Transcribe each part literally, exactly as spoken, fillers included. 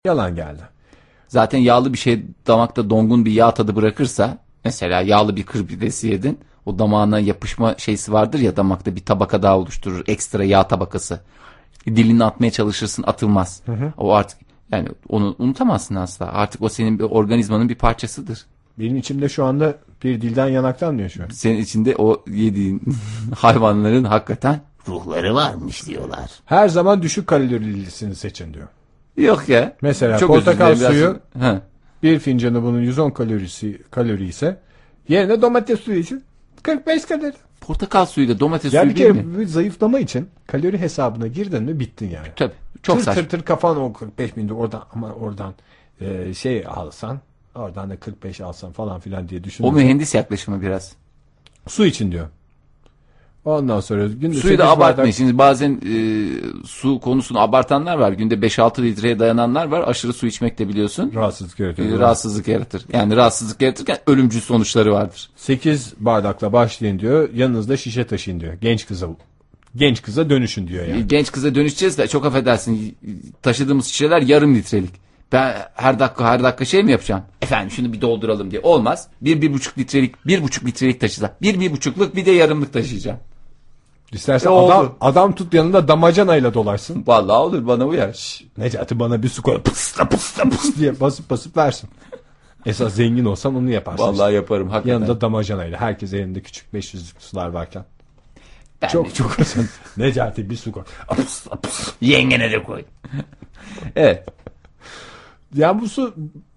Yalan geldi. Zaten yağlı bir şey damakta dongun bir yağ tadı bırakırsa, mesela yağlı bir kır pidesi yedin, o damağına yapışma şeysi vardır ya, damakta bir tabaka daha oluşturur, ekstra yağ tabakası. Dilini atmaya çalışırsın, atılmaz. Hı hı. O artık, yani onu unutamazsın asla. Artık o senin bir organizmanın bir parçasıdır. Benim içimde şu anda bir dilden yanaktan diyor şu an. Senin içinde o yediğin hayvanların hakikaten ruhları varmış diyorlar. Her zaman düşük kalorilisini seçin diyor. Yok ya. Mesela çok portakal suyu biraz... bir fincanı bunun yüz on kalorisi kalori ise yerine domates suyu için kırk beş kalori. Portakal suyuyla domates ya suyu bir değil mi? Bir zayıflama için kalori hesabına girdin mi bittin yani. Tabii. Çok tır saçma. Tır tır kafan o kırk beş binde oradan, ama oradan e, şey alsan, oradan da kırk beş alsan falan filan diye düşünüyorsun. O mühendis yaklaşımı biraz. Su için diyor. Ondan sonra günde suyu da abartmayın. bardak... Şimdi bazen e, su konusunu abartanlar var. Günde beş altı litreye dayananlar var. Aşırı su içmek de biliyorsun. Rahatsızlık yaratır. E, rahatsızlık yaratır. Yani rahatsızlık yaratırken ölümcül sonuçları vardır. sekiz bardakla başlayın diyor. Yanınızda şişe taşıyın diyor. Genç kıza genç kıza dönüşün diyor yani. Genç kıza dönüşeceğiz de çok affedersin. Taşıdığımız şişeler yarım litrelik. Ben her dakika her dakika şey mi yapacağım? Efendim şunu bir dolduralım diye. Olmaz. Bir, bir buçuk litrelik, bir buçuk litrelik taşıyacağım. Bir, bir buçukluk bir de yarımlık taşıyacağım. İstersen e, adam, adam tut yanında damacanayla dolarsın. Vallahi olur, bana uyar. Şş, Necati bana bir su koy. Pısla pısla pıs diye basıp basıp versin. Esas zengin olsan onu yaparsın. Vallahi işte. Yaparım hakikaten. Yanında damacanayla. Herkes elinde küçük beş yüzlük sular varken. Ben çok de. çok olsun. Necati bir su koy. Apıs, apıs. Yengene de koy. Evet. Ya bu su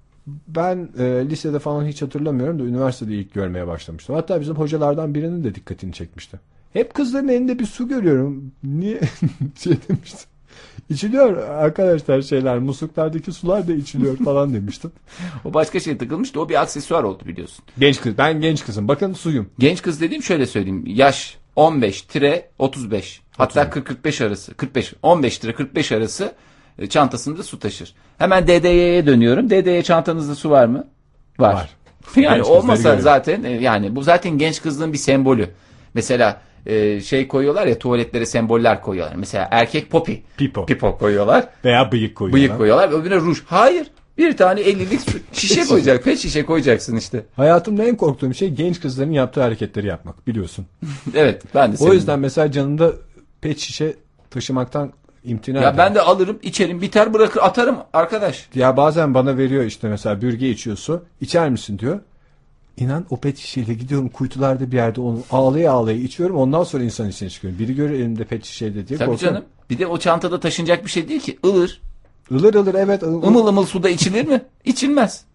ben e, lisede falan hiç hatırlamıyorum da üniversitede ilk görmeye başlamıştım. Hatta bizim hocalardan birinin de dikkatini çekmişti. Hep kızların elinde bir su görüyorum. Niye? şey demiştim. İçiliyor arkadaşlar şeyler. Musluklardaki sular da içiliyor falan demiştim. O başka şey takılmıştı. O bir aksesuar oldu biliyorsun. Genç kız. Ben genç kızım. Bakın suyum. Genç kız dediğim şöyle söyleyeyim. Yaş on beş otuz beş. Hatta kırk kırk beş arası. kırk beş on beş kırk beş arası çantasında su taşır. Hemen D D Y'ye dönüyorum. D D Y çantanızda su var mı? Var. Var. Yani genç olmasa zaten yani bu zaten genç kızlığın bir sembolü. Mesela e, şey koyuyorlar ya, tuvaletlere semboller koyuyorlar. Mesela erkek popi. Pipo. Pipo koyuyorlar. Veya bıyık koyuyorlar. Bıyık koyuyorlar. Öbürüne ruj. Hayır. Bir tane ellilik şişe koyacak. Pet şişe koyacaksın işte. Hayatımda en korktuğum şey genç kızların yaptığı hareketleri yapmak. Biliyorsun. Evet. Ben de o yüzden mesela canımda pet şişe taşımaktan imtina ya eder. Ben de alırım, içerim, biter, bırakır, atarım arkadaş. Ya bazen bana veriyor işte mesela bürge içiyor su. İçer misin diyor. İnan o pet şişeyle gidiyorum kuytularda bir yerde onu ağlaya ağlaya içiyorum. Ondan sonra insan içine çıkıyorum. Biri görüyor elimde pet şişeyle diye. Tabii korkuyorum. canım. Bir de o çantada taşınacak bir şey değil ki. Ilır. Ilır ılır evet. Ilır. Imıl ımıl suda içilir mi? İçilmez.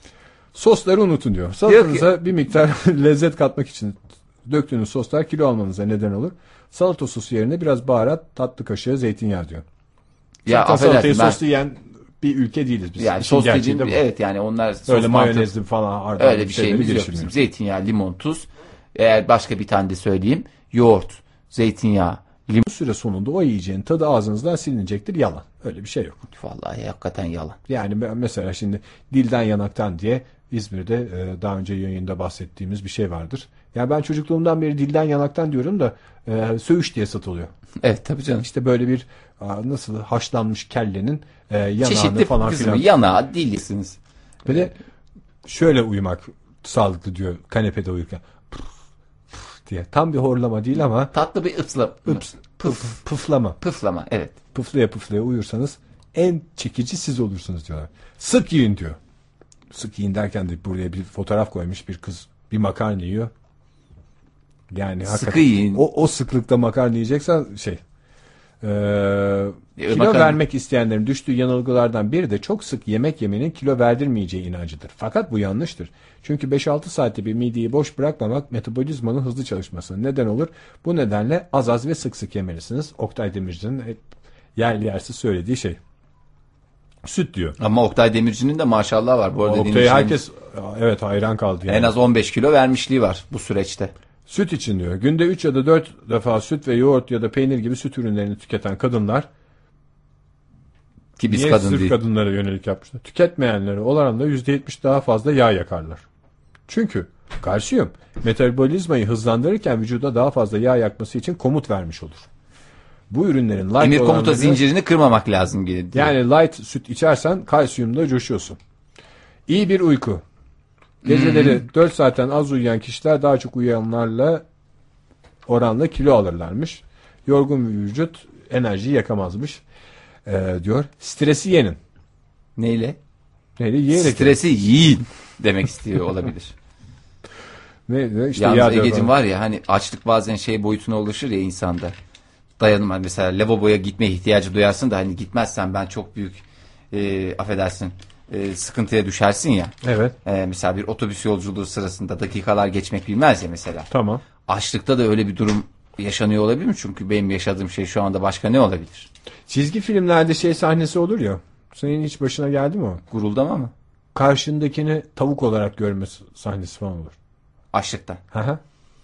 Sosları unutun diyor. Salatanıza bir miktar lezzet katmak için döktüğünüz soslar kilo almanıza neden olur. Salata sosu yerine biraz baharat, tatlı kaşığı zeytinyağı diyor. Ya Zaten salatayı ben... soslu yiyen bir ülke değiliz biz. Yani sos dediğim evet yani onlar sos öyle mayonezli falan öyle bir şeyimiz yok bizim. Zeytinyağı, limon, tuz. Eğer başka bir tane de söyleyeyim. Yoğurt, zeytinyağı, limon. Bu süre sonunda o yiyeceğin tadı ağzınızdan silinecektir. Yalan. Öyle bir şey yok. Vallahi hakikaten yalan. Yani mesela şimdi dilden yanaktan diye İzmir'de daha önce yayında bahsettiğimiz bir şey vardır. Ya ben çocukluğumdan beri dilden yanaktan diyorum da e, söğüş diye satılıyor. Evet tabii canım. İşte böyle bir nasıl haşlanmış kellenin e, yanağını çeşitli falan filan. Yanağı dilisiniz. Böyle şöyle uyumak sağlıklı diyor kanepede uyurken. Diye. Tam bir horlama değil ama tatlı bir ıpsla, Ips, pıf, pıflama. Pıflama evet. Pıflaya pıflaya uyursanız en çekici siz olursunuz diyorlar. Sık yiyin diyor. Sık yiyin derken de buraya bir fotoğraf koymuş bir kız bir makarna yiyor. Yani sıkı yiyin. O, o sıklıkta makarna yiyeceksen şey e, e, kilo makarna... vermek isteyenlerin düştüğü yanılgılardan biri de çok sık yemek yemenin kilo verdirmeyeceği inancıdır. Fakat bu yanlıştır. Çünkü beş altı saatte bir mideyi boş bırakmamak metabolizmanın hızlı çalışmasına neden olur. Bu nedenle az az ve sık sık yemelisiniz. Oktay Demirci'nin hep yerli yersiz söylediği şey. Süt diyor. Ama Oktay Demirci'nin de maşallah var. Bu arada Oktay herkes evet hayran kaldı. Yani. En az on beş kilo vermişliği var bu süreçte. Süt için diyor. Günde üç ya da dört defa süt ve yoğurt ya da peynir gibi süt ürünlerini tüketen kadınlar ki biz niye kadın sırf değil. kadınlara yönelik yapmışlar. Tüketmeyenleri oranla yüzde yetmiş daha fazla yağ yakarlar. Çünkü kalsiyum metabolizmayı hızlandırırken vücuda daha fazla yağ yakması için komut vermiş olur. Bu ürünlerin light emir komuta olanları, zincirini kırmamak lazım diye. Yani light süt içersen kalsiyumda coşuyorsun. İyi bir uyku. Geceleri hmm. dört saatten az uyuyan kişiler daha çok uyuyanlarla oranla kilo alırlarmış. Yorgun bir vücut enerjiyi yakamazmış ee, diyor. Stresi yenin. Neyle? Neyle? Yiyerek. Stresi yiyin demek istiyor olabilir. Ne, işte yalnız Ege'cim var ya, hani açlık bazen şey boyutuna ulaşır ya insanda. Dayanılmaz. Mesela lavaboya gitmeye ihtiyacı duyarsın da hani gitmezsen ben çok büyük e, affedersin e, sıkıntıya düşersin ya. Evet. E, mesela bir otobüs yolculuğu sırasında dakikalar geçmek bilmez ya mesela. Tamam. Açlıkta da öyle bir durum yaşanıyor olabilir mi? Çünkü benim yaşadığım şey şu anda başka ne olabilir? Çizgi filmlerde şey sahnesi olur ya. Senin hiç başına geldi mi o? Guruldama mı? Karşındakini tavuk olarak görme sahnesi falan olur. Açlıktan. Hı hı.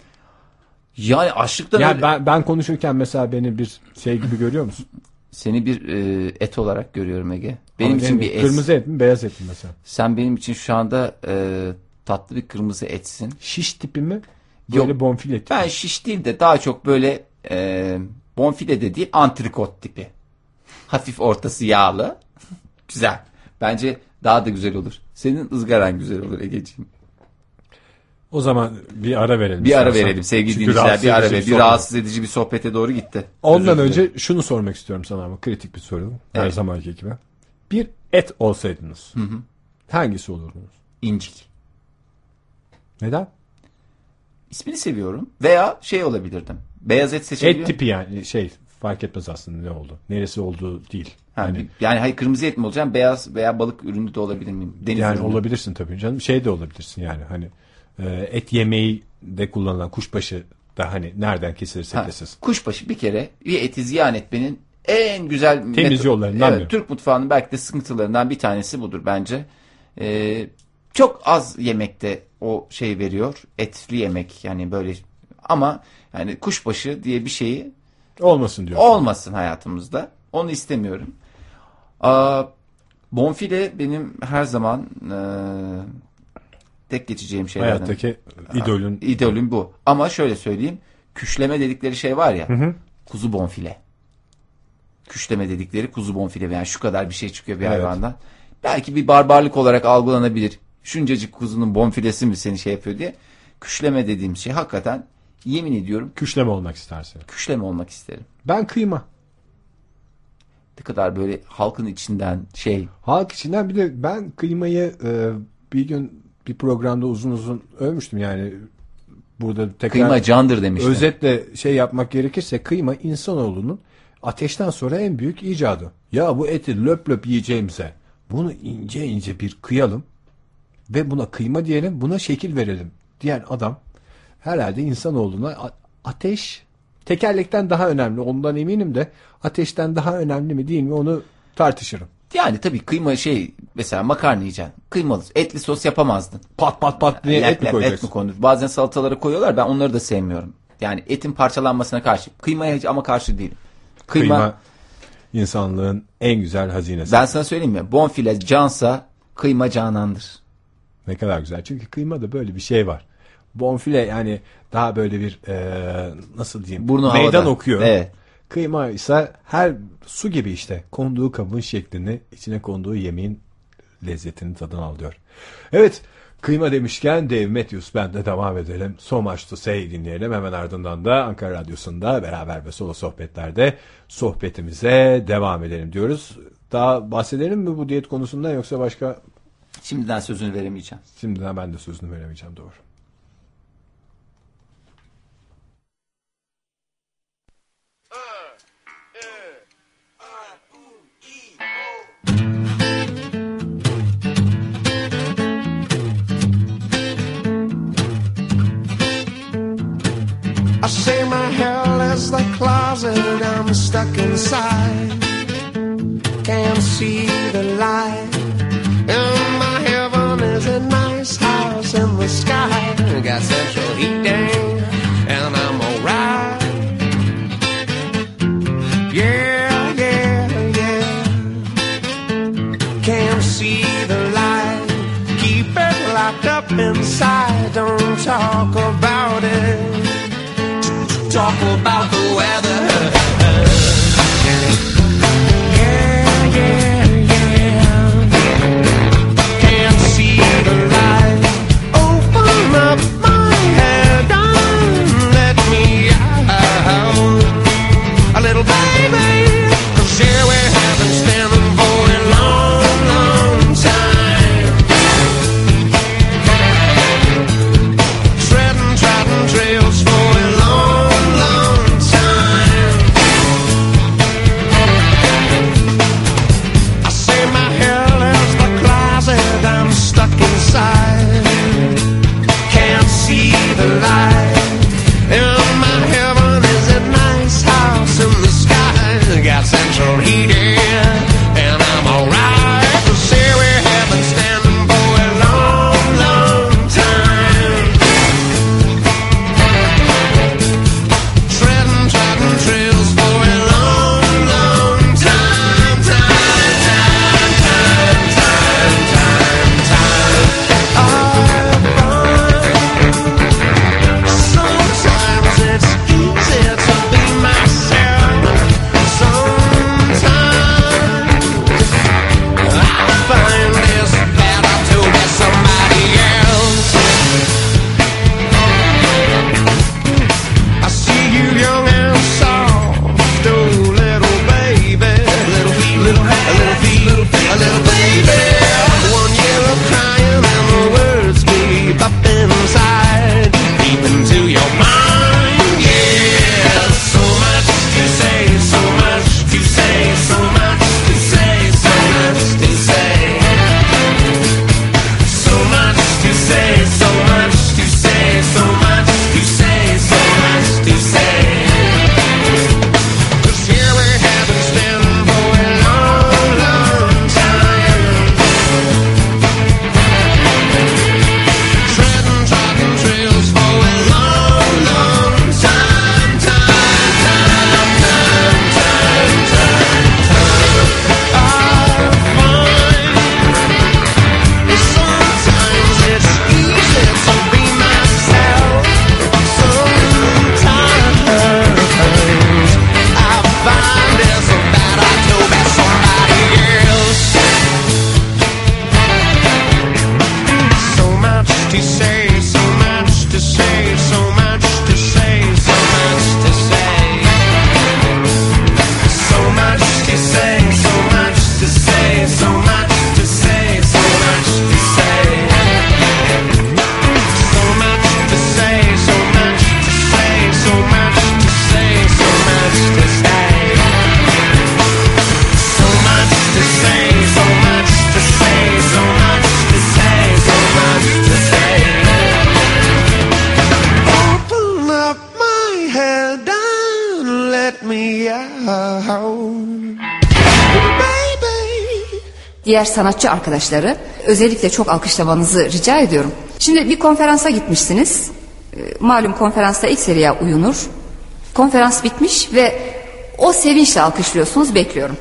Yani açlıktan ya öyle... ben, ben konuşurken mesela beni bir şey gibi görüyor musun? Seni bir e, et olarak görüyorum Ege. Benim Ama için yani bir et. Kırmızı et mi, beyaz et mi mesela? Sen benim için şu anda e, tatlı bir kırmızı etsin. Şiş tipi mi? Böyle Yok, bonfile tipi. Ben şiş değil de daha çok böyle e, bonfile de değil, antrikot tipi. Hafif ortası yağlı. Güzel. Bence daha da güzel olur. Senin ızgaran güzel olur Egeciğim. O zaman bir ara verelim. Bir ara verelim sevgili dinleyiciler. Bir ara verelim. Bir rahatsız edici bir sohbete doğru gitti. Ondan önce şunu sormak istiyorum sana ama kritik bir soru. Her evet. zamanki gibi. Bir et olsaydınız. Hı hı. Hangisi olurdunuz? İncik. Neden? İsmini seviyorum. Veya şey olabilirdim. Beyaz et seçebiliyor. Et tipi yani şey fark etmez aslında ne oldu. Neresi olduğu değil. Yani, yani, yani hayır kırmızı et mi olacağım? Beyaz veya balık ürünü de olabilir miyim? Deniz yani ürünü. Olabilirsin tabii canım. Şey de olabilirsin yani hani et yemeği de kullanılan kuşbaşı da hani nereden kesilirse kesilsin. Kuşbaşı bir kere bir eti ziyan etmenin en güzel temiz yollarından evet, Türk mutfağının belki de sıkıntılarından bir tanesi budur bence. Ee, çok az yemekte o şey veriyor. Etli yemek yani böyle ama yani kuşbaşı diye bir şeyi olmasın diyor. Olmasın hayatımızda. Onu istemiyorum. Aa, bonfile benim her zaman e, tek geçeceğim şeylerden. Hayattaki idolün. İdolün bu. Ama şöyle söyleyeyim. Küşleme dedikleri şey var ya. Hı hı. Kuzu bonfile. Küşleme dedikleri kuzu bonfile. Yani şu kadar bir şey çıkıyor bir evet. hayvandan. Belki bir barbarlık olarak algılanabilir. Şuncacık kuzunun bonfilesi mi seni şey yapıyor diye. Küşleme dediğim şey hakikaten yemin ediyorum. Küşleme olmak istersin. Küşleme olmak isterim. Ben kıyma. Ne kadar böyle halkın içinden şey. Halk içinden bir de ben kıymayı e, bir gün bir programda uzun uzun övmüştüm yani. Burada tekrar kıyma candır demiştim. Özetle şey yapmak gerekirse kıyma insanoğlunun ateşten sonra en büyük icadı. Ya bu eti löp löp yiyeceğimize bunu ince ince bir kıyalım ve buna kıyma diyelim, buna şekil verelim diyen adam herhalde insanoğluna ateş tekerlekten daha önemli. Ondan eminim de ateşten daha önemli mi değil mi onu tartışırım. Yani tabii kıyma şey mesela makarna yiyeceksin. Kıymalı etli sos yapamazdın. Pat pat pat diye et mi koyacaksın? Et mi konur? Bazen salatalara koyuyorlar. Ben onları da sevmiyorum. Yani etin parçalanmasına karşı. Kıymaya hiç ama karşı değilim. Kıyma, Kıyma insanlığın en güzel hazinesi. Ben sana söyleyeyim mi? Bonfile cansa kıyma canandır. Ne kadar güzel. Çünkü kıymada böyle bir şey var. Bonfile yani daha böyle bir e, nasıl diyeyim? Burnu meydan havada. okuyor. Evet. Kıyma ise her su gibi işte. Konduğu kabın şeklini, içine konduğu yemeğin lezzetini tadını alıyor. Evet, kıyma demişken Dave Matthews Band'le devam edelim. So Much To Say dinleyelim. Hemen ardından da Ankara Radyosu'nda beraber ve solo sohbetlerde sohbetimize devam edelim diyoruz. Daha bahsedelim mi bu diyet konusunda yoksa başka? Şimdiden sözünü veremeyeceğim. Şimdiden ben de sözünü veremeyeceğim, doğru. I say my hell is the closet I'm stuck inside. Can't see the light. And my heaven is a nice house in the sky. Got central heating and I'm alright. Yeah, yeah, yeah. Can't see the light. Keep it locked up inside. Don't talk about it. Talk about the weather. diğer sanatçı arkadaşları özellikle çok alkışlamanızı rica ediyorum. Şimdi bir konferansa gitmişsiniz. Malum konferansta ilk seriye uyunur. Konferans bitmiş ve o sevinçle alkışlıyorsunuz. Bekliyorum.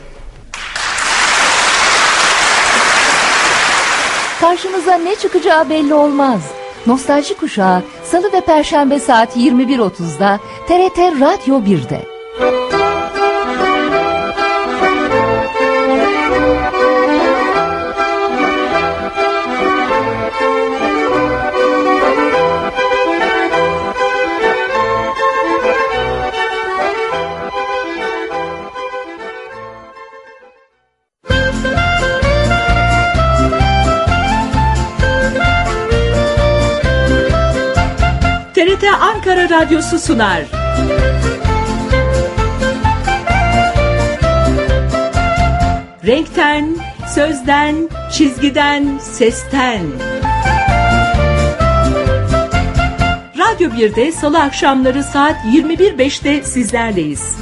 Karşınıza ne çıkacağı belli olmaz. Nostalji Kuşağı Salı ve Perşembe saat yirmi bir otuzda T R T Radyo bir'de. T R T Ankara Radyosu sunar. Renkten, sözden, çizgiden, sesten. Radyo bir'de Salı akşamları saat yirmi bir beşte sizlerleyiz.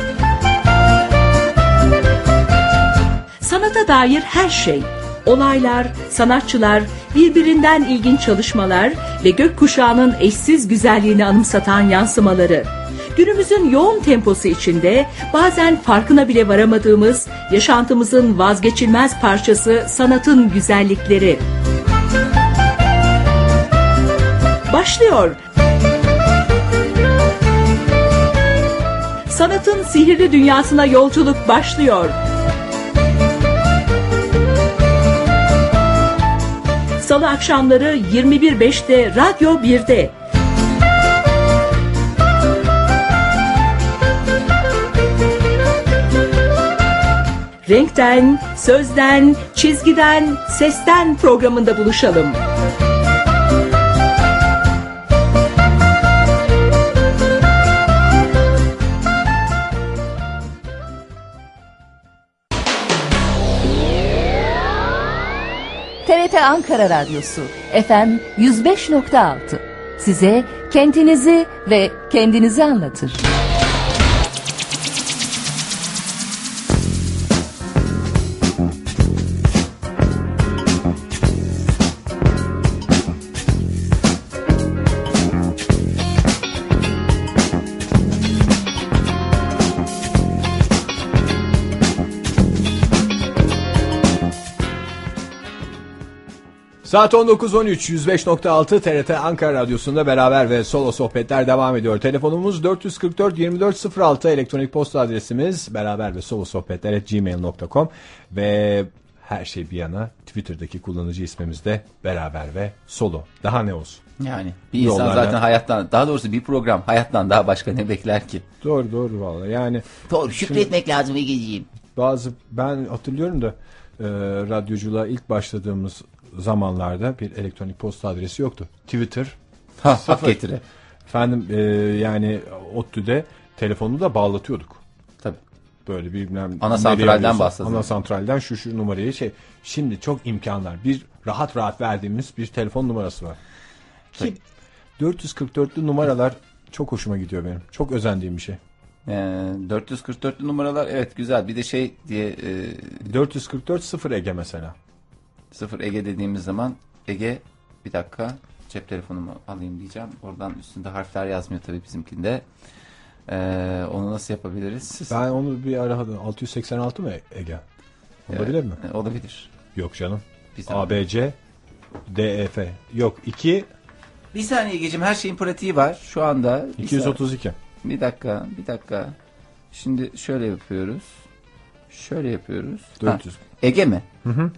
Sanata dair her şey, olaylar, sanatçılar, birbirinden ilginç çalışmalar ve gökkuşağının eşsiz güzelliğini anımsatan yansımaları. Günümüzün yoğun temposu içinde bazen farkına bile varamadığımız yaşantımızın vazgeçilmez parçası sanatın güzellikleri. Başlıyor. Sanatın sihirli dünyasına yolculuk başlıyor. Salı akşamları yirmi bir beşte Radyo bir'de. Renkten, sözden, çizgiden, sesten programında buluşalım. T R T Ankara Radyosu F M yüz beş nokta altı size kendinizi ve kendinizi anlatır. Saat on dokuz on üç yüz beş nokta altı T R T Ankara Radyosu'nda beraber ve solo sohbetler devam ediyor. Telefonumuz dört yüz kırk dört yirmi dört sıfır altı, elektronik posta adresimiz beraber ve solo sohbetler at gmail nokta com ve her şey bir yana Twitter'daki kullanıcı ismimiz de beraber ve solo. Daha ne olsun? Yani bir insan Yollardan... zaten hayattan, daha doğrusu bir program hayattan daha başka ne bekler ki? Doğru doğru vallahi yani. Doğru, şükretmek şimdi, lazım Egeciğim. Bazı ben hatırlıyorum da e, radyoculuğa ilk başladığımız zamanlarda bir elektronik posta adresi yoktu. Twitter. Ha, hak getire. Efendim e, yani ODTÜ'de telefonu da bağlatıyorduk. Tabii. Böyle bir bilmem, ana santralden bahsediyorum. Ana santralden şu şu numarayı şey. Şimdi çok imkanlar. Bir rahat rahat verdiğimiz bir telefon numarası var. Ki dört yüz kırk dörtlü numaralar çok hoşuma gidiyor benim. Çok özendiğim bir şey. Ee, dört yüz kırk dörtlü numaralar evet güzel. Bir de şey diye e... dört yüz kırk dört sıfır Ege mesela. sıfır Ege dediğimiz zaman Ege, bir dakika cep telefonumu alayım diyeceğim. Oradan üstünde harfler yazmıyor tabii bizimkinde. Ee, onu nasıl yapabiliriz? Ben onu bir ara altı yüz seksen altı mı Ege? Olabilir mi? E, olabilir. Yok canım. A B C D E F. Yok iki. Bir saniye Ege'cim, her şeyin pratiği var şu anda. iki yüz otuz iki. Bir dakika bir dakika. Şimdi şöyle yapıyoruz. Şöyle yapıyoruz. dört yüz. Ha, Ege mi? Hı hı.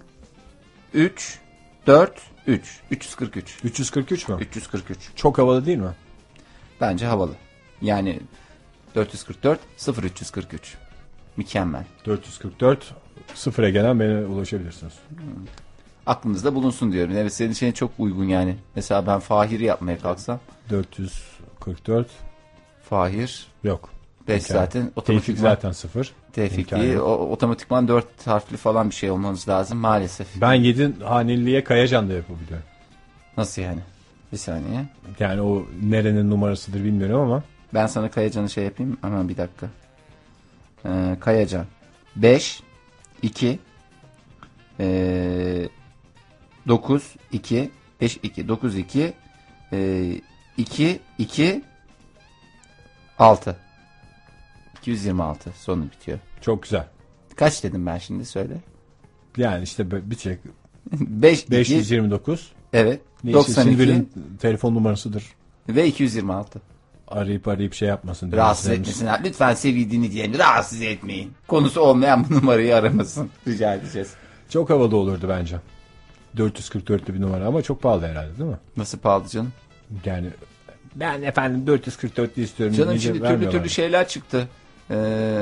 üç dört üç üç yüz kırk üç. üç yüz kırk üç mü? üç yüz kırk üç. Çok havalı değil mi? Bence havalı. Yani dört yüz kırk dört sıfır üç yüz kırk üç. Mükemmel. dört yüz kırk dört sıfıra gelen bana ulaşabilirsiniz. Hmm. Aklınızda bulunsun diyorum. Evet, senin için çok uygun yani. Mesela ben Fahir'i yapmaya kalksam. dört yüz kırk dört. Fahir. Yok. beş zaten. Tevfik zaten sıfır. Tevfik'i otomatikman dört harfli falan bir şey olmanız lazım maalesef. Ben yedi haneliye Kayacan da yapabiliyorum. Nasıl yani? Bir saniye. Yani o nerenin numarasıdır bilmiyorum ama. Ben sana Kayacan'ı şey yapayım. Hemen bir dakika. Ee, Kayacan. beş iki Ee, dokuz iki beş iki dokuz iki e, iki iki altı iki yüz yirmi altı sonu bitiyor. Çok güzel. Kaç dedim ben şimdi söyle. Yani işte bir şey beş, beş yüz yirmi dokuz. Evet. doksan iki. Sinvir'in telefon numarasıdır. Ve iki yüz yirmi altı. Arayıp arayıp şey yapmasın. Rahatsız etmesinler. Lütfen sevgili dinleyicilerini rahatsız etmeyin. Konusu olmayan bu numarayı aramasın. Rica edeceğiz. Çok havalı olurdu bence. dört yüz kırk dörtlü bir numara ama çok pahalı herhalde değil mi? Nasıl pahalı canım? Yani ben efendim dört yüz kırk dörtlü istiyorum. Canım şimdi türlü türlü şeyler çıktı. Ee,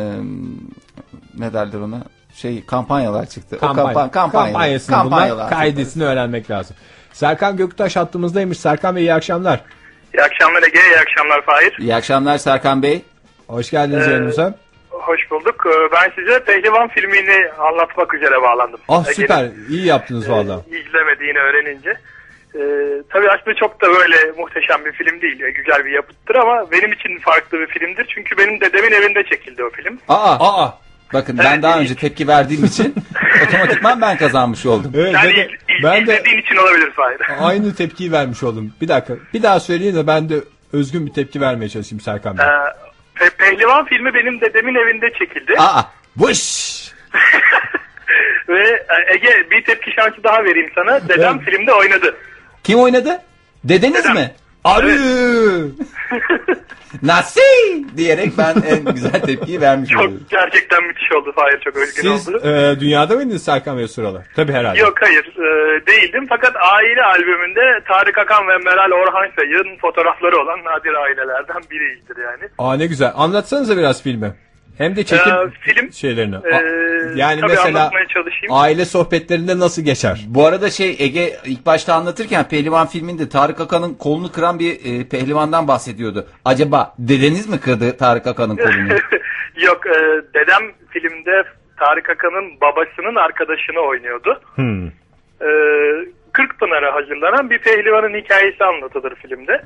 ne derler ona? Şey kampanyalar çıktı. Kampanya, o kampan kampanyalar. Kampanyasını kampanyalar kaidesini öğrenmek lazım. Serkan Göktaş hattımızdaymış. Serkan Bey iyi akşamlar. İyi akşamlar Ege, iyi akşamlar Fahir. İyi akşamlar Serkan Bey. Hoş geldiniz ee, yayınımıza. Hoş bulduk. Ben size Pehlivan filmini anlatmak üzere bağlandım. Ah süper, Ege'nin, iyi yaptınız valla. E, izlemediğini öğrenince. E, tabii aslında çok da böyle muhteşem bir film değil. Güzel bir yapıttır ama benim için farklı bir filmdir. Çünkü benim dedemin evinde çekildi o film. Aa, aa. Bakın evet, ben daha önce tepki verdiğim için otomatikman ben kazanmış oldum. Evet, yani dede, il, ben de izlediğin için olabilir Fahir. Aynı tepkiyi vermiş oldum. Bir dakika. Bir daha söyleyin de ben de özgün bir tepki vermeye çalışayım Serkan Bey. Ee, Pe- Pehlivan filmi benim dedemin evinde çekildi. Aa, vış! Ve Ege bir tepki şansı daha vereyim sana. Dedem evet. filmde oynadı. Kim oynadı? Dedeniz Dedem. mi? Arı! Evet. Nasıl? Diyerek ben en güzel tepkiyi vermiş çok, oldum. Gerçekten müthiş oldu Fahir, çok özgün Siz, oldu. Siz e, dünyada mıydınız Serkan Bey sıralar? Tabii herhalde. Yok hayır e, değildim fakat aile albümünde Tarık Akan ve Meral Orhansay'ın fotoğrafları olan nadir ailelerden biriydi yani. Aa ne güzel, anlatsanıza biraz filmi. Hem de çekim ee, film, şeylerini. E, yani mesela aile sohbetlerinde nasıl geçer? Bu arada şey Ege ilk başta anlatırken Pehlivan filminde Tarık Akan'ın kolunu kıran bir e, pehlivandan bahsediyordu. Acaba dedeniz mi kırdı Tarık Akan'ın kolunu? Yok e, dedem filmde Tarık Akan'ın babasının arkadaşını oynuyordu. Hmm. E, Kırkpınar'a hazırlanan bir pehlivanın hikayesi anlatılır filmde.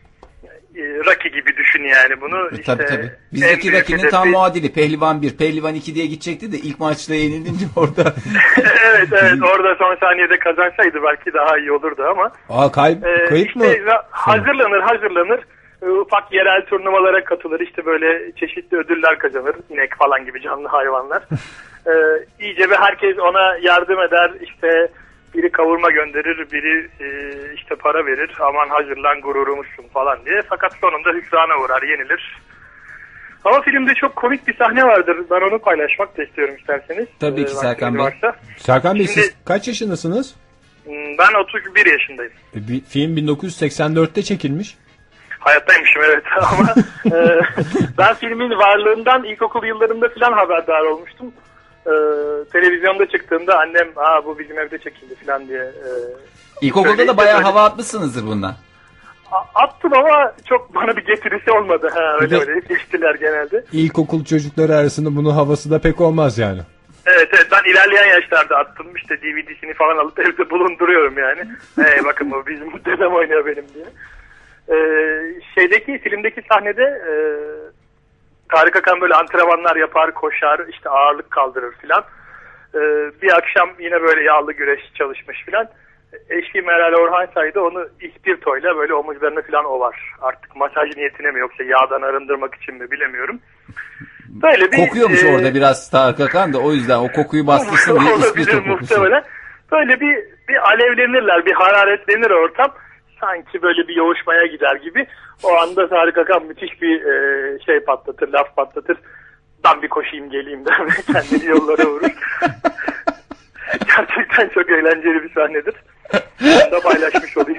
Rocky gibi düşün yani bunu. E, işte tabii tabii. Bizdeki Rocky'nin hedefi... tam muadili. Pehlivan bir, Pehlivan iki diye gidecekti de ilk maçta yenilince orada. evet evet orada son saniyede kazansaydı belki daha iyi olurdu ama. Aa kayıp, ee, kayıp işte mı? Hazırlanır hazırlanır. Ufak yerel turnuvalara katılır. İşte böyle çeşitli ödüller kazanır. İnek falan gibi canlı hayvanlar. ee, iyice ve herkes ona yardım eder. İşte biri kavurma gönderir, biri e, işte para verir. Aman hazırlan gururumuzsun falan diye. Fakat sonunda hüsrana uğrar, yenilir. Ama filmde çok komik bir sahne vardır. Ben onu paylaşmak da istiyorum isterseniz. Tabii ki ee, Serkan Bey. Varsa. Serkan Bey Şimdi, siz kaç yaşındasınız? Ben otuz bir yaşındayım. E, bir, film bin dokuz yüz seksen dörtte çekilmiş. Hayattaymışım evet ama e, ben filmin varlığından ilkokul yıllarında falan haberdar olmuştum. Ee, televizyonda çıktığında annem aa bu bizim evde çekildi falan diye. E, İlkokulda da bayağı hava atmışsınızdır bundan. A- attım ama çok bana bir getirisi olmadı. Ha, öyle öyle geçtiler genelde. İlkokul çocukları arasında bunun havası da pek olmaz yani. Evet evet ben ilerleyen yaşlarda attım işte D V D'sini falan alıp evde bulunduruyorum yani. Hey bakın bu bizim dedem oynuyor benim diye. Ee, şeydeki filmdeki sahnede e, Tarık Akan böyle antrenmanlar yapar, koşar, işte ağırlık kaldırır filan. Ee, bir akşam yine böyle yağlı güreş çalışmış filan. Eşi Meral Orhansay da onu ispirtoyla böyle omuzlarına filan ovar. Artık masaj niyetine mi yoksa yağdan arındırmak için mi bilemiyorum. Böyle bir, kokuyormuş e, orada biraz Tarık Akan da o yüzden o kokuyu bastırsın diye ispirto kokusu. Böyle bir, bir alevlenirler, bir hararetlenir ortam. Sanki böyle bir yoğuşmaya gider gibi. O anda Tarık Akan müthiş bir e, şey patlatır, laf patlatır. Ben bir koşayım geleyim der ve kendini yollara vurur. Gerçekten çok eğlenceli bir sahnedir. Bunu da paylaşmış olayım.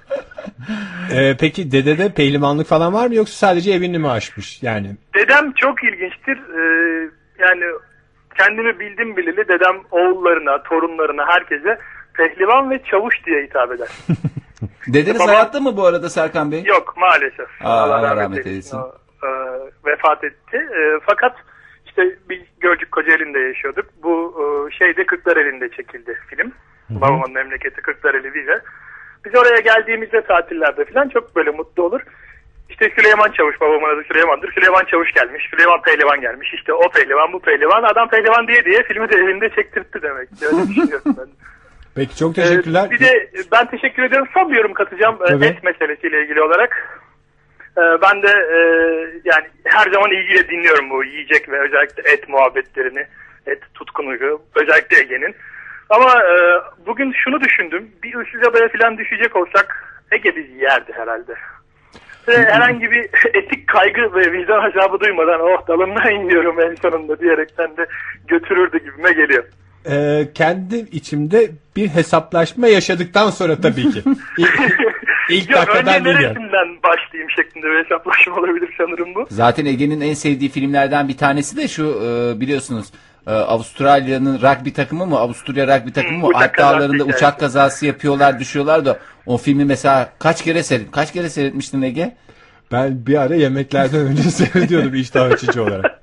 Ee, peki dedede pehlivanlık falan var mı yoksa sadece evini mi aşmış yani? Dedem çok ilginçtir. Ee, yani kendimi bildim bileli dedem oğullarına, torunlarına, herkese pehlivan ve çavuş diye hitap eder. Dedeniz Babam, hayatta mı bu arada Serkan Bey? Yok maalesef. Aa, Allah, Allah rahmet eylesin. O, e, vefat etti. E, fakat işte biz Gölcük Kocaeli'nde yaşıyorduk. Bu e, şeyde Kırklareli'nde çekildi film. Hı-hı. Babamın memleketi Kırklareli Vize. Biz oraya geldiğimizde tatillerde falan çok böyle mutlu olur. İşte Süleyman Çavuş, babamın adı Süleyman'dır. Süleyman Çavuş gelmiş, Süleyman Pehlivan gelmiş. İşte o pehlivan, bu pehlivan. Adam pehlivan diye diye filmi de evinde çektirtti demek. Öyle düşünüyorum ben. Peki çok teşekkürler. Ee, bir de ben teşekkür ediyorum. Son bir yorum katacağım Tabii. et meselesiyle ilgili olarak. Ee, ben de e, yani her zaman ilgiyle dinliyorum bu yiyecek ve özellikle et muhabbetlerini, et tutkunuyu, özellikle Ege'nin. Ama e, bugün şunu düşündüm. Bir ıssız adaya falan düşecek olsak Ege bizi yerdi herhalde. Ve herhangi bir etik kaygı ve vicdan azabı duymadan oh dalımdan iniyorum en sonunda diyerekten de götürürdü gibime geliyor. Ee, kendi içimde bir hesaplaşma yaşadıktan sonra tabii ki. İlk Yok, dakikadan önce neresinden başlayayım şeklinde bir hesaplaşma olabilir sanırım bu. Zaten Ege'nin en sevdiği filmlerden bir tanesi de şu biliyorsunuz Avustralya'nın rugby takımı mı Avusturya rugby takımı mı Alp dağlarında uçak kazası yapıyorlar düşüyorlar da o filmi mesela kaç kere seyret kaç kere seyretmiştin Ege? Ben bir ara yemeklerden önce seyrediyordum iştah açıcı olarak.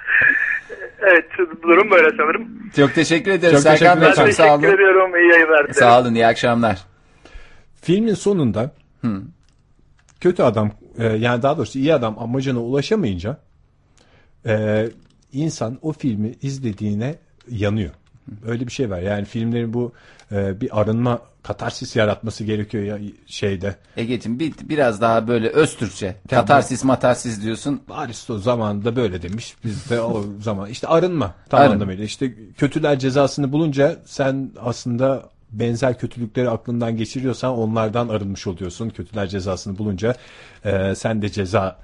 Evet, durum böyle sanırım. Çok teşekkür ederiz. Çok Serkan Bey, çok sağ olun. Teşekkür ediyorum. İyi yayınlar. Sağ olun. İyi akşamlar. Filmin sonunda hmm. kötü adam yani daha doğrusu iyi adam amacına ulaşamayınca e, insan o filmi izlediğine yanıyor. Öyle bir şey var. Yani filmlerin bu e, bir arınma, katarsis yaratması gerekiyor ya şeyde. Ege'cim bir, biraz daha böyle öz Türkçe. Katarsis matarsis diyorsun. Aristo zamanında böyle demiş. Biz de o zaman işte arınma tam Arın. anlamıyla. İşte kötüler cezasını bulunca sen aslında benzer kötülükleri aklından geçiriyorsan onlardan arınmış oluyorsun. Kötüler cezasını bulunca e, sen de ceza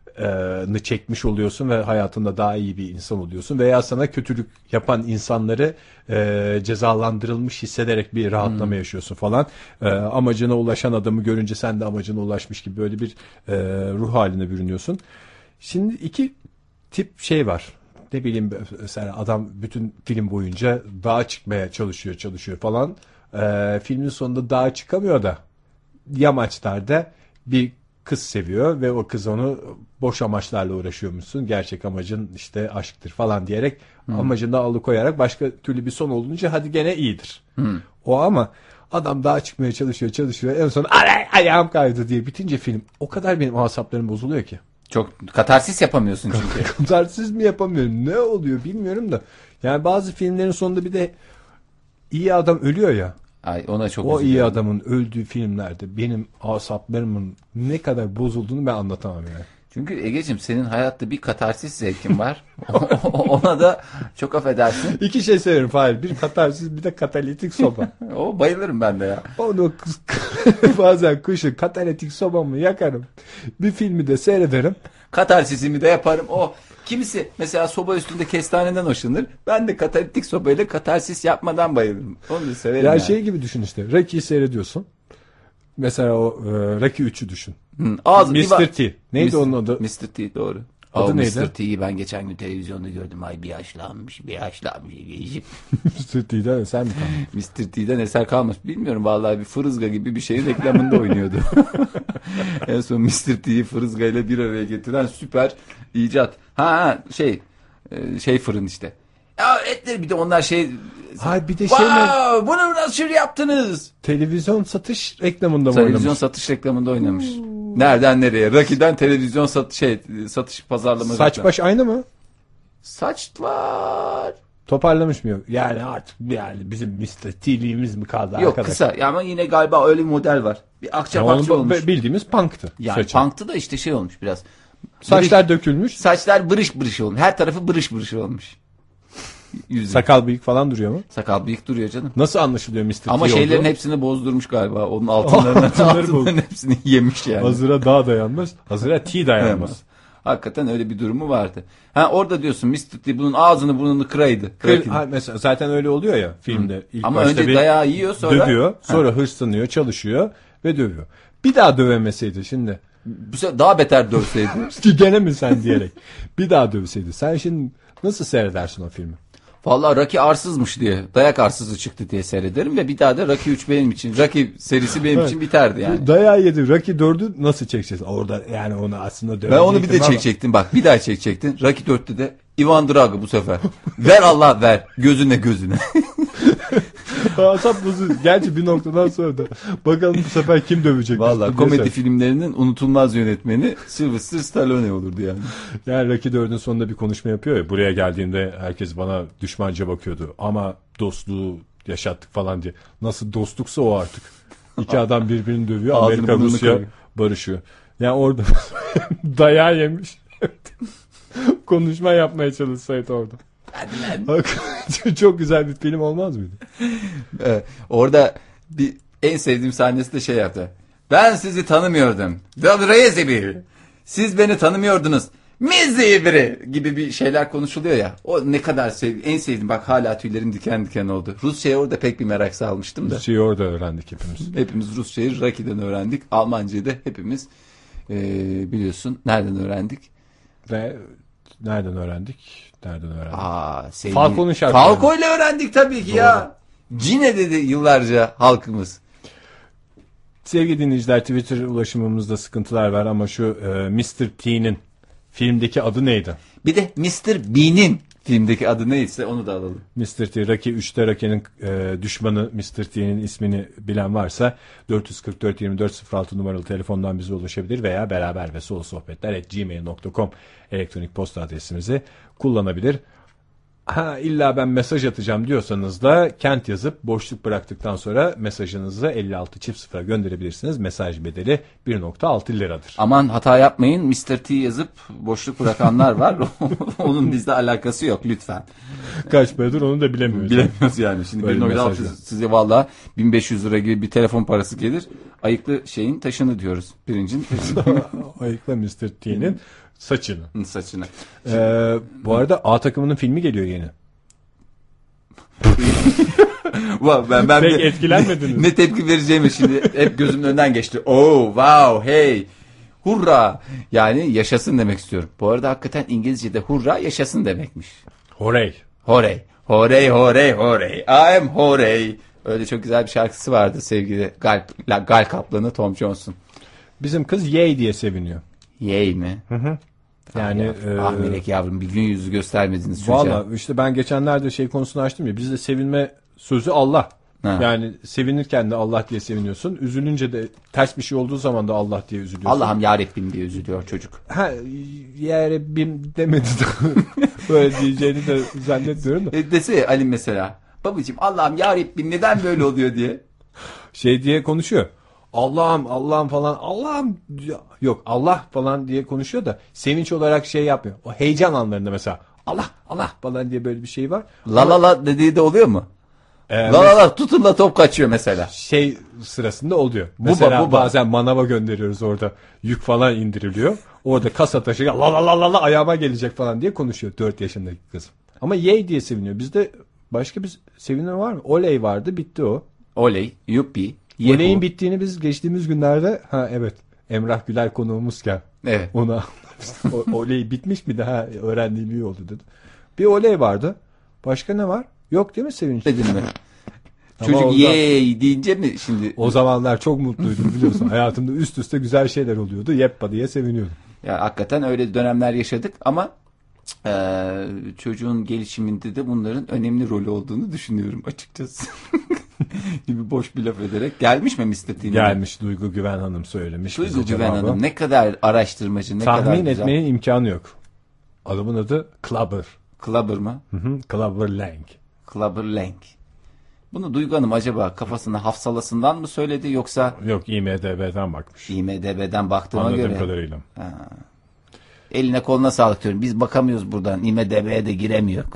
nı çekmiş oluyorsun ve hayatında daha iyi bir insan oluyorsun veya sana kötülük yapan insanları e, cezalandırılmış hissederek bir rahatlama hmm. yaşıyorsun falan. E, amacına ulaşan adamı görünce sen de amacına ulaşmış gibi böyle bir e, ruh haline bürünüyorsun. Şimdi iki tip şey var. Ne bileyim mesela adam bütün film boyunca dağa çıkmaya çalışıyor çalışıyor falan. E, filmin sonunda dağa çıkamıyor da yamaçlarda bir kız seviyor ve o kız onu boş amaçlarla uğraşıyormuşsun. Gerçek amacın işte aşktır falan diyerek hmm. amacını alıkoyarak başka türlü bir son olunca hadi gene iyidir. Hmm. O ama adam daha çıkmaya çalışıyor çalışıyor en son ay, ayağım kaydı diye bitince film o kadar benim asaplarım bozuluyor ki. Çok katarsis yapamıyorsun çünkü. Katarsis mi yapamıyorum ne oluyor bilmiyorum da. Yani bazı filmlerin sonunda bir de iyi adam ölüyor ya. Ay ona çok o iyi adamın öldüğü filmlerde benim asaplarımın ne kadar bozulduğunu ben anlatamam yani. Çünkü Ege'cim senin hayatta bir katarsis zevkin var. Ona da çok affedersin. İki şey severim Fahir. Bir katarsis bir de katalitik soba. O bayılırım ben de ya. Onu bazen kışın katalitik sobamı yakarım. Bir filmi de seyrederim. Katarsisimi de yaparım. O kimisi mesela soba üstünde kestaneden hoşlanır. Ben de katalitik sobayla katarsis yapmadan bayılırım. Onu da severim. Ya yani. Şey gibi düşün işte. Rocky'yi seyrediyorsun. Mesela o e, Rocky üçü düşün. Hmm, ağzı, mister T. Neydi mister onun adı? mister T doğru. Adı o neydi? mister T'yi ben geçen gün televizyonda gördüm. Ay bir yaşlanmış, bir yaşlanmış. mister T'den eser mi kalmış? mister T'den eser kalmış. Bilmiyorum vallahi bir fırızga gibi bir şeyin reklamında oynuyordu. En son mister T'yi fırızga ile bir araya getiren süper icat. Ha, ha şey şey fırın işte. Ya etleri bir de onlar şey. Hayır bir de wow, şey mi? Bunu nasıl yaptınız? Televizyon satış reklamında mı Televizyon oynamış? Televizyon satış reklamında oynamış. Nereden nereye? Rocky'den televizyon sat şey satış pazarlama. Saç reklam. Baş aynı mı? Saçlar toparlamış mı? Yani artık yani bizim mister T'liğimiz mi kaldı? Yok arkadaş? Kısa ama yine galiba öyle bir model var. Bir akça bakça olmuş. Bildiğimiz punktı. Yani punktı da işte şey olmuş biraz. Saçlar bırış, dökülmüş. Saçlar bırış bırış olmuş. Her tarafı bırış bırış olmuş. Yüzü. Sakal bıyık falan duruyor mu? Sakal bıyık duruyor canım. Nasıl anlaşılıyor mister T Ama şeylerin oldu? hepsini bozdurmuş galiba. Onun altınlarının, altınların hepsini yemiş yani. Hazıra dağ dayanmaz. Hazıra T dayanmaz. Hakikaten öyle bir durumu vardı. Ha orada diyorsun mister T bunun ağzını burnunu kıraydı. Kır, ha, mesela zaten öyle oluyor ya filmde. İlk ama önce dayağı yiyor sonra. Dövüyor. Sonra ha. hırslanıyor, çalışıyor ve dövüyor. Bir daha dövemeseydi şimdi. Bu sefer daha beter dövseydi. Gene mi sen diyerek. Bir daha dövseydi. Sen şimdi nasıl seyredersin o filmi? Vallahi Rocky arsızmış diye, dayak arsızı çıktı diye seyrederim ve bir daha da Rocky üç benim için, Rocky serisi benim için biterdi yani. Dayağı yedi, Rocky dördü nasıl çekeceğiz? Orada yani onu aslında dövecektim. Ben onu bir de çekecektim ama. Bak bir daha çekecektin. Rocky dörtte de Ivan Drago bu sefer. Ver Allah ver, gözüne gözüne. Asap bozucu. Gerçi bir noktadan sonra da bakalım bu sefer kim dövecek. Vallahi komedi sen. Filmlerinin unutulmaz yönetmeni Sylvester Stallone olurdu yani. Yani Rocky dördün sonunda bir konuşma yapıyor ya. Buraya geldiğimde herkes bana düşmanca bakıyordu. Ama dostluğu yaşattık falan diye. Nasıl dostluksa o artık. İki adam birbirini dövüyor. Amerika Rusya barışıyor. Yani orada dayağı yemiş. Konuşma yapmaya çalışsaydı orada. Çok güzel bir film olmaz mıydı? Ee, orada bir en sevdiğim sahnesi de şey yaptı. Ben sizi tanımıyordum. Dobreyezibi. Siz beni tanımıyordunuz. Mizzibiri gibi bir şeyler konuşuluyor ya. O ne kadar sev en sevdiğim. Bak hala tüylerim diken diken oldu. Rusça'ya orada pek bir merak salmıştım da. Rusça'yı orada öğrendik hepimiz. Hepimiz Rusça'yı Rocky'den öğrendik. Almancayı da hepimiz e, biliyorsun nereden öğrendik? Ve nereden öğrendik? Nereden öğrendik? Aa, sevgili... Falco'nun şarkıları. Falco ile öğrendik tabii ki. Doğru. Ya. Cine dedi yıllarca halkımız. Sevgili dinleyiciler, Twitter ulaşımımızda sıkıntılar var ama şu e, mister T'nin filmdeki adı neydi? Bir de mister B'nin filmdeki adı neyse onu da alalım. mister T, Rocky üçte Rocky'nin e, düşmanı mister T'nin ismini bilen varsa dört kırk dört yirmi dört sıfır altı numaralı telefondan bize ulaşabilir veya beraber ve solo sohbetler at gmail nokta com elektronik posta adresimizi kullanabilir. Ha, illa ben mesaj atacağım diyorsanız da Kent yazıp boşluk bıraktıktan sonra mesajınızı elli altı çift sıfıra gönderebilirsiniz. Mesaj bedeli bir nokta altı liradır. Aman hata yapmayın. mister T yazıp boşluk bırakanlar var. Onun bizde alakası yok lütfen. Kaç paradır onu da bilemiyoruz. Bilemiyoruz yani. Şimdi bir nokta altı size valla bin beş yüz lira gibi bir telefon parası gelir. Ayıklı şeyin taşını diyoruz. Pirincin taşını. Ayıkla mister T'nin saçını. Saçını. Ee, bu arada A takımının filmi geliyor yeni. ben, ben Pek de, etkilenmediniz. Ne tepki vereceğimi şimdi hep gözümün önünden geçti. Oh wow hey hurra yani yaşasın demek istiyorum. Bu arada hakikaten İngilizce'de hurra yaşasın demekmiş. Hooray. Hooray. Hooray hooray hooray. I am hooray. Öyle çok güzel bir şarkısı vardı sevgili Gal, Gal Kaplan'ı Tom Jones'un. Bizim kız yay diye seviniyor. Yay mi? Hı hı. Yani ah, ya, e... ah melek yavrum bir gün yüzü göstermediniz. Valla işte ben geçenlerde şey konusunu açtım ya, bizde sevinme sözü Allah. Ha. Yani sevinirken de Allah diye seviniyorsun. Üzülünce de ters bir şey olduğu zaman da Allah diye üzülüyorsun. Allah'ım ya Rabbim diye üzülüyor çocuk. Ha, ya Rabbim demedi de böyle diyeceğini de zannetmiyorum da. E, dese Ali mesela babacığım Allah'ım ya Rabbim neden böyle oluyor diye. Şey diye konuşuyor. Allah'ım Allah'ım falan Allah'ım yok Allah falan diye konuşuyor da sevinç olarak şey yapmıyor. O heyecan anlarında mesela Allah Allah falan diye böyle bir şey var. La Ama, la la dediği de oluyor mu? Ee, la la la tutun la top kaçıyor mesela. Şey sırasında oluyor. Mesela buba, buba. Bazen manava gönderiyoruz, orada yük falan indiriliyor. Orada kasa taşı la la la la la ayağıma gelecek falan diye konuşuyor dört yaşındaki kız. Ama yay diye seviniyor. Bizde başka bir sevinme var mı? Oley vardı, bitti o. Oley, yuppi. Oley'in bittiğini biz geçtiğimiz günlerde ha evet Emrah Güler konuğumuzken evet. Ona oley bitmiş mi daha öğrendiğim iyi oldu dedi. Bir oley vardı. Başka ne var? Yok değil mi sevinç? Dedin mi? Çocuk yey deyince mi şimdi? O zamanlar çok mutluydum biliyorsun. Hayatımda üst üste güzel şeyler oluyordu. Yeppa diye seviniyordum. Ya hakikaten öyle dönemler yaşadık ama e, çocuğun gelişiminde de bunların önemli rolü olduğunu düşünüyorum açıkçası. gibi boş bir laf ederek. Gelmiş mi mister T'nin? Gelmiş, Duygu Güven Hanım söylemiş. Duygu Güven Hanım ne kadar araştırmacı, ne tahmin kadar güzel. Tahmin etmenin imkanı yok. Adamın adı Clubber. Clubber mı? Hı hı, Clubber Lang. Clubber Lang. Bunu Duygu Hanım acaba kafasında hafsalasından mı söyledi yoksa? Yok, I M D B'den bakmış. I M D B'den baktığına Anladığım göre. Anladığım kadarıyla. Ha. Eline koluna sağlık diyorum. Biz bakamıyoruz buradan. I M D B'ye de giremiyor.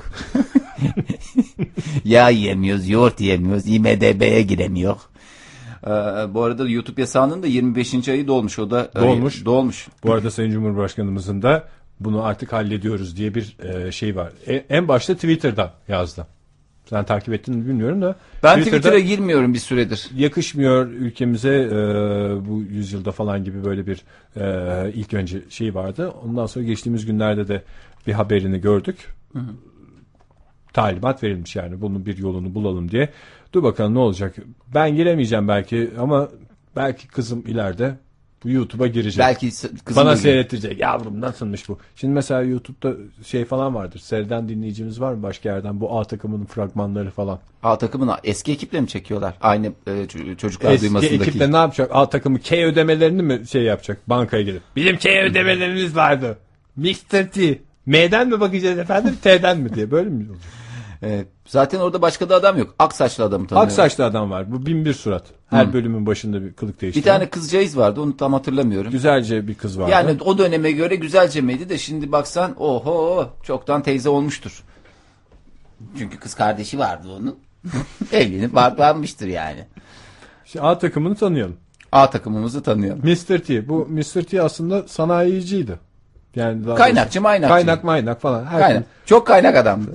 Yağ yiyemiyoruz, yoğurt yiyemiyoruz. I M D B'ye giremiyor. Ee, bu arada YouTube yasağının da yirmi beşinci ayı dolmuş. O da dolmuş. E, dolmuş. Bu arada Sayın Cumhurbaşkanımızın da bunu artık hallediyoruz diye bir e, şey var. E, en başta Twitter'dan yazdı. Sen takip ettin mi bilmiyorum da. Ben Twitter'da Twitter'a girmiyorum bir süredir. Yakışmıyor ülkemize e, bu yüzyılda falan gibi böyle bir e, ilk önce şey vardı. Ondan sonra geçtiğimiz günlerde de bir haberini gördük. Hı hı. Talimat verilmiş yani bunun bir yolunu bulalım diye. Dur bakalım ne olacak. Ben giremeyeceğim belki ama belki kızım ileride Bu YouTube'a girecek. Belki bana seyrettirecek. Yavrum nasılmış bu? Şimdi mesela YouTube'da şey falan vardır. Seyreden dinleyicimiz var mı başka yerden? Bu A takımının fragmanları falan. A takımını eski ekiple mi çekiyorlar? Aynı e, çocuklar eski duymasındaki. Eski ekiple ne yapacak? A takımı K ödemelerini mi şey yapacak? Bankaya gidip. Bizim K ödemelerimiz vardı. mister T. M'den mi bakacağız efendim? T'den mi diye. Böyle mi olacak? Evet. Zaten orada başka da adam yok. Aksaçlı adamı tanıyorum. Aksaçlı adam var. Bu bin bir surat. Her hmm. bölümün başında bir kılık değiştiriyor. Bir tane kızcağız vardı. Onu tam hatırlamıyorum. Güzelce bir kız vardı. Yani o döneme göre güzelce miydi de şimdi baksan oho çoktan teyze olmuştur. Çünkü kız kardeşi vardı onun. Evlenip barklanmıştır yani. Şimdi A takımını tanıyalım. A takımımızı tanıyalım. mister T. Bu mister T aslında sanayiciydi. Yani daha kaynakçı maynakçı. Kaynak maynak falan. Her kaynak. Çok kaynak adamdı.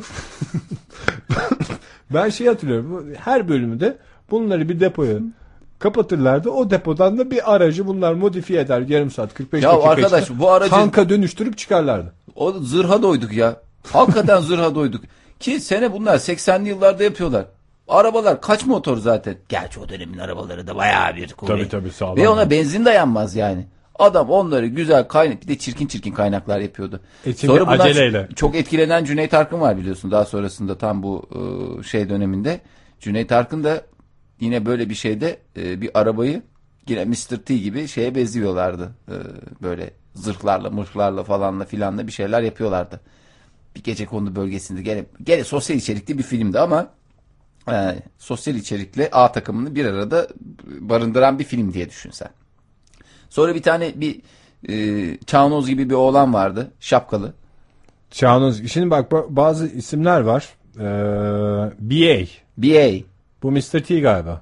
Ben şey hatırlıyorum. Her bölümde bunları bir depoya kapatırlardı. O depodan da bir aracı bunlar modifiye eder. Yarım saat kırk beş ya dakika arkadaş işte, bu aracı tanka dönüştürüp çıkarlardı. O zırha doyduk ya. Hakikaten zırha doyduk. Ki sene bunlar seksenli yıllarda yapıyorlar. Arabalar kaç motor zaten. Gerçi o dönemin arabaları da bayağı bir kuvvet. Tabii tabii sağlam. Ve ona benzin dayanmaz yani. Adam onları güzel kaynak, bir de çirkin çirkin kaynaklar yapıyordu. E Sonra aceleyle. Çok etkilenen Cüneyt Arkın var biliyorsun daha sonrasında tam bu şey döneminde. Cüneyt Arkın da yine böyle bir şeyde bir arabayı yine mister T gibi şeye beziyorlardı. Böyle zırhlarla mırhlarla falanla filanla bir şeyler yapıyorlardı. Bir gecekondu bölgesinde gene, gene sosyal içerikli bir filmdi ama e, sosyal içerikle A takımını bir arada barındıran bir film diye düşünsen. Sonra bir tane bir e, Çağnoz gibi bir oğlan vardı. Şapkalı. Çağnoz. Şimdi bak bazı isimler var. Ee, B A. B A. Bu mister T galiba.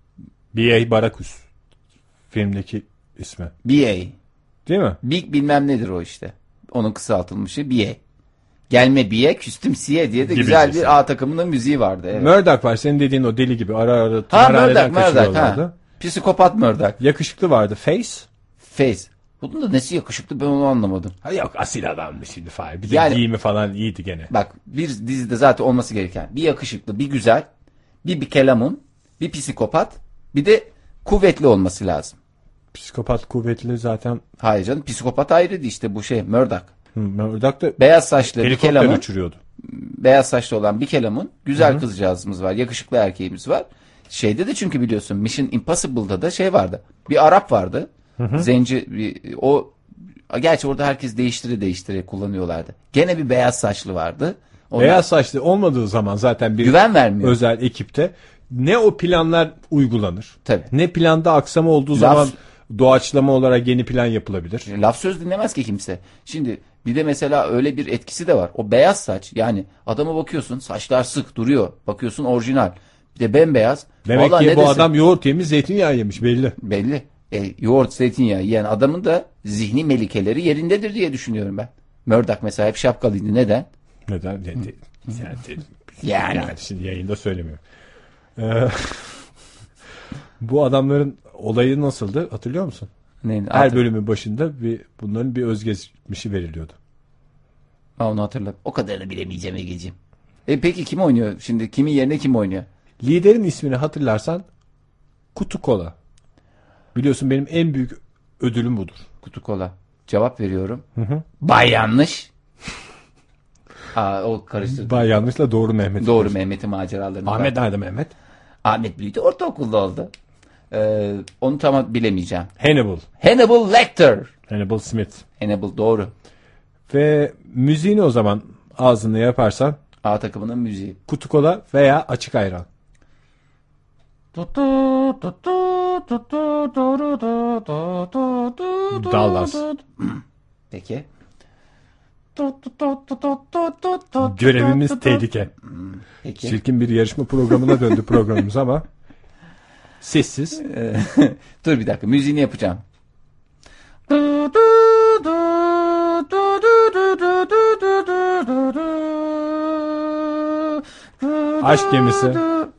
B A Barakus. Filmdeki ismi. B A. Değil mi? Big bilmem nedir o işte. Onun kısaltılmışı B A. Gelme B'ye küstüm C'ye diye de gibi güzel bir A takımının müziği vardı. Evet. Murdoch var. Senin dediğin o deli gibi. Ara ara ha Murdoch, Murdoch. Ha. Psikopat Murdoch. Yakışıklı vardı. Face. Face. Bunun da nesi yakışıklı ben onu anlamadım. Ha yok asil adamdı şimdi falan. Bir de yani, giyimi falan iyiydi gene. Bak bir dizide zaten olması gereken bir yakışıklı, bir güzel, bir bir kelamun, bir psikopat, bir de kuvvetli olması lazım. Psikopat kuvvetli zaten. Hayır canım psikopat ayrıydı işte bu şey Murdoch. Hı, Murdoch da beyaz saçlı bir kelamun. uçuruyordu. Beyaz saçlı olan bir kelamun, güzel Hı-hı. kızcağızımız var, yakışıklı erkeğimiz var. Şeyde de çünkü biliyorsun Mission Impossible'da da şey vardı. Bir Arap vardı. Hı hı. Zenci bir, o gerçi orada herkes değiştire değiştire kullanıyorlardı. Gene bir beyaz saçlı vardı. Onlar, beyaz saçlı olmadığı zaman zaten bir güven vermiyor. Özel ekipte ne o planlar uygulanır. Tabii. Ne planda aksama olduğu Laf, zaman doğaçlama olarak yeni plan yapılabilir. Laf söz dinlemez ki kimse. Şimdi bir de mesela öyle bir etkisi de var. O beyaz saç yani adama bakıyorsun saçlar sık duruyor. Bakıyorsun orijinal. Bir de bembeyaz. Demek Vallahi ki bu desin? Adam yoğurt yemiş zeytinyağı yemiş belli. Belli. E, yoğurt, zeytinyağı yiyen adamın da zihni melikeleri yerindedir diye düşünüyorum ben. Murdoch mesela hep şapkalıydı. Neden? Neden? Yani, yani. yani şimdi yayında söylemiyorum. Ee, bu adamların olayı nasıldı? Hatırlıyor musun? Neyin? Her Hatır... bölümün başında bir bunların bir özgeçmişi veriliyordu. Ha, onu hatırladım. O kadarını bilemeyeceğim Ege'ciğim. E peki kim oynuyor? Şimdi kimin yerine kim oynuyor? Liderin ismini hatırlarsan Kutu Kola. Biliyorsun benim en büyük ödülüm budur. Kutu Kola. Cevap veriyorum. Hı hı. Bay yanlış. Aa, o karıştırdı. Bay yanlışla doğru Mehmet. Doğru Mehmet'in maceralarını. Ahmet nerede Mehmet? Ahmet büyüdü. Ortaokulda oldu. Ee, onu tam bilemeyeceğim. Hannibal. Hannibal Lecter. Hannibal Smith. Hannibal doğru. Ve müziğini o zaman ağzını yaparsan A takımının müziği. Kutu Kola veya Açık Ayran. Dallas. Peki. Görevimiz tehlike. Peki. Çirkin bir yarışma programına döndü programımız ama sessiz. Dur bir dakika müziğini yapacağım. Aşk gemisi.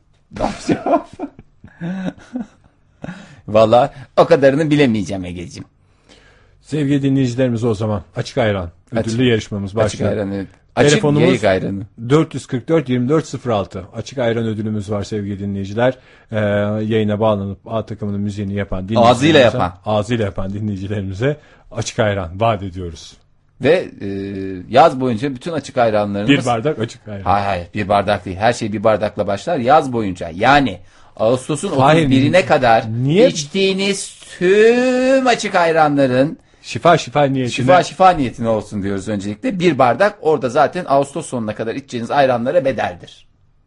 Vallahi o kadarını bilemeyeceğim Ege'ciğim. Sevgili dinleyicilerimiz o zaman Açık Ayran ödüllü Açık, yarışmamız başlıyor. Açık Ayran, evet. Açık Telefonumuz yayık ayranı. dört yüz kırk dört yirmi dört sıfır altı. Açık ayran ödülümüz var sevgili dinleyiciler. Ee, yayına bağlanıp A takımının müziğini yapan dinleyicilerimize, ağzıyla yapan. ağzıyla yapan dinleyicilerimize açık ayran vaat ediyoruz. Ve e, yaz boyunca bütün açık ayranlarımız... Bir bardak açık ayran. Hayır hayır bir bardak değil. Her şey bir bardakla başlar. Yaz boyunca yani Ağustos'un Hayır, otuz birine kadar niye? içtiğiniz tüm açık ayranların Şifa şifa niyetine. şifa şifa niyetine olsun diyoruz öncelikle. Bir bardak orada zaten Ağustos sonuna kadar içeceğiniz ayranlara bedeldir.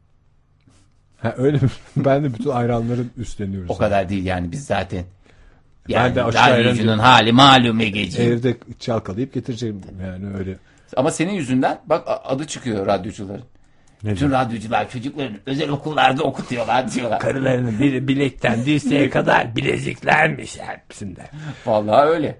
Ha, öyle mi? Ben de bütün ayranların üstleniyoruz. O kadar değil yani biz zaten. Ben Yani de açık ayran radyocunun diyorum. hali malum Egeciğim. Evde çalkalayıp getireceğim yani öyle. Ama senin yüzünden bak adı çıkıyor radyocuların. Ne Bütün diyor? radyocular çocuklarını özel okullarda okutuyorlar diyorlar. Karılarını bir bilekten dirseğe kadar bileziklermiş hepsinde. Vallahi öyle.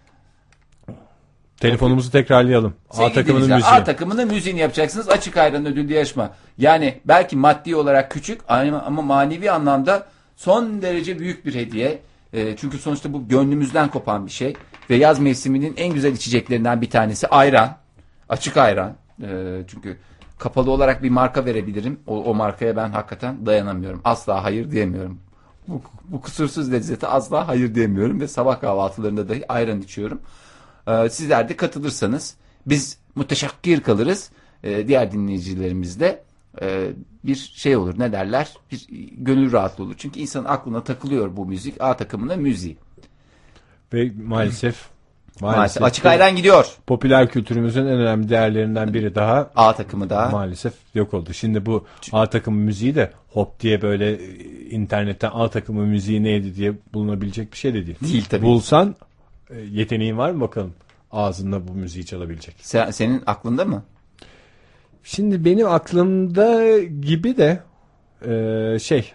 Telefonumuzu tekrarlayalım. A Sevgili takımının dinleyiciler, müziği. A takımının müziğini yapacaksınız. Açık ayran ödüllü yarışma. Yani belki maddi olarak küçük ama manevi anlamda son derece büyük bir hediye. E, çünkü sonuçta bu gönlümüzden kopan bir şey. Ve yaz mevsiminin en güzel içeceklerinden bir tanesi ayran. Açık ayran. E, çünkü kapalı olarak bir marka verebilirim. O, o markaya ben hakikaten dayanamıyorum. Asla hayır diyemiyorum. Bu, bu kusursuz lezzete asla hayır diyemiyorum. Ve sabah kahvaltılarında dahi ayran içiyorum. Ee, sizler de katılırsanız biz müteşekkir kalırız. Ee, diğer dinleyicilerimiz de e, bir şey olur, ne derler, bir gönül rahatlığı olur. Çünkü insanın aklına takılıyor bu müzik. A takımına müziği. Ve maalesef Maalesef, maalesef açık ayran gidiyor. popüler kültürümüzün en önemli değerlerinden biri daha A takımı da maalesef yok oldu. Şimdi bu A takımı müziği de hop diye böyle internetten A takımı müziği neydi diye bulunabilecek bir şey de değil. Değil tabii. Bulsan e, yeteneğin var mı bakalım ağzında bu müziği çalabilecek. Sen, senin aklında mı? Şimdi benim aklımda gibi de e, şey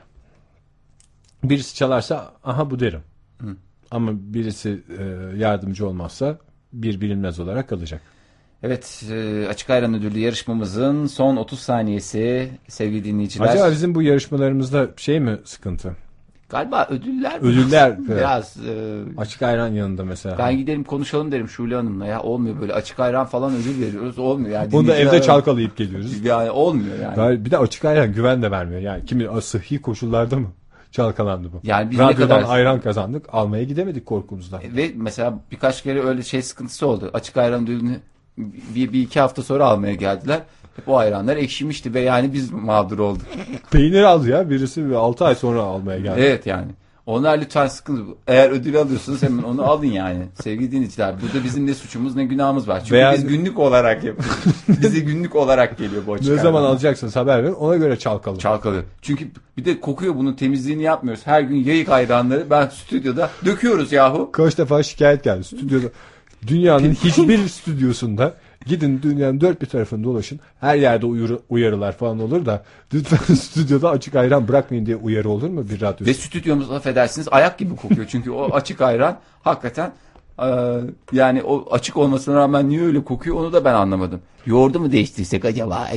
birisi çalarsa aha bu derim. Hı. Ama birisi e, yardımcı olmazsa bir bilinmez olarak kalacak. Evet, e, açık ayran ödüllü yarışmamızın son otuz saniyesi sevgili dinleyiciler. Acaba bizim bu yarışmalarımızda şey mi sıkıntı? Galiba ödüller Ödüller biraz e, açık ayran yanında mesela. ben gidelim konuşalım derim Şule Hanım'la ya, olmuyor böyle açık ayran falan ödül veriyoruz, olmuyor yani. Bunu da Dinleyiciler- evde çalkalayıp geliyoruz. Yani olmuyor yani. Yani bir de açık ayran güven de vermiyor. Yani kimi sıhhi koşullarda mı çalkalandı bu? Yani biz ne Radyodan kadar- ayran kazandık, almaya gidemedik korkumuzdan. Ve mesela birkaç kere öyle şey sıkıntısı oldu. Açık ayran ödülünü bir, bir iki hafta sonra almaya geldiler. Hep o ayranlar ekşimişti ve yani biz mağdur olduk. Peynir aldı ya birisi altı ay sonra almaya geldi. Evet yani. Onlar lütfen sıkıntı. Eğer ödül alıyorsunuz hemen onu alın yani. Sevgili dinleyiciler, burada bizim ne suçumuz ne günahımız var. Çünkü Veya- biz günlük olarak yapıyoruz. Bize günlük olarak geliyor bu açık Ne zaman ayran. alacaksınız haber verin, ona göre çalkalım. Çalkalıyor. Çünkü bir de kokuyor, bunun temizliğini yapmıyoruz. Her gün yayık ayranları ben stüdyoda döküyoruz yahu. Kaç defa şikayet geldi stüdyoda. Dünyanın hiçbir stüdyosunda gidin dünyanın dört bir tarafını dolaşın. Her yerde uyarı, uyarılar falan olur da lütfen stüdyoda açık ayran bırakmayın diye uyarı olur mu bir radyo? Ve stüdyomuz affedersiniz ayak gibi kokuyor. Çünkü o açık ayran hakikaten e, yani o açık olmasına rağmen niye öyle kokuyor onu da ben anlamadım. Yoğurdu mu değiştirsek acaba?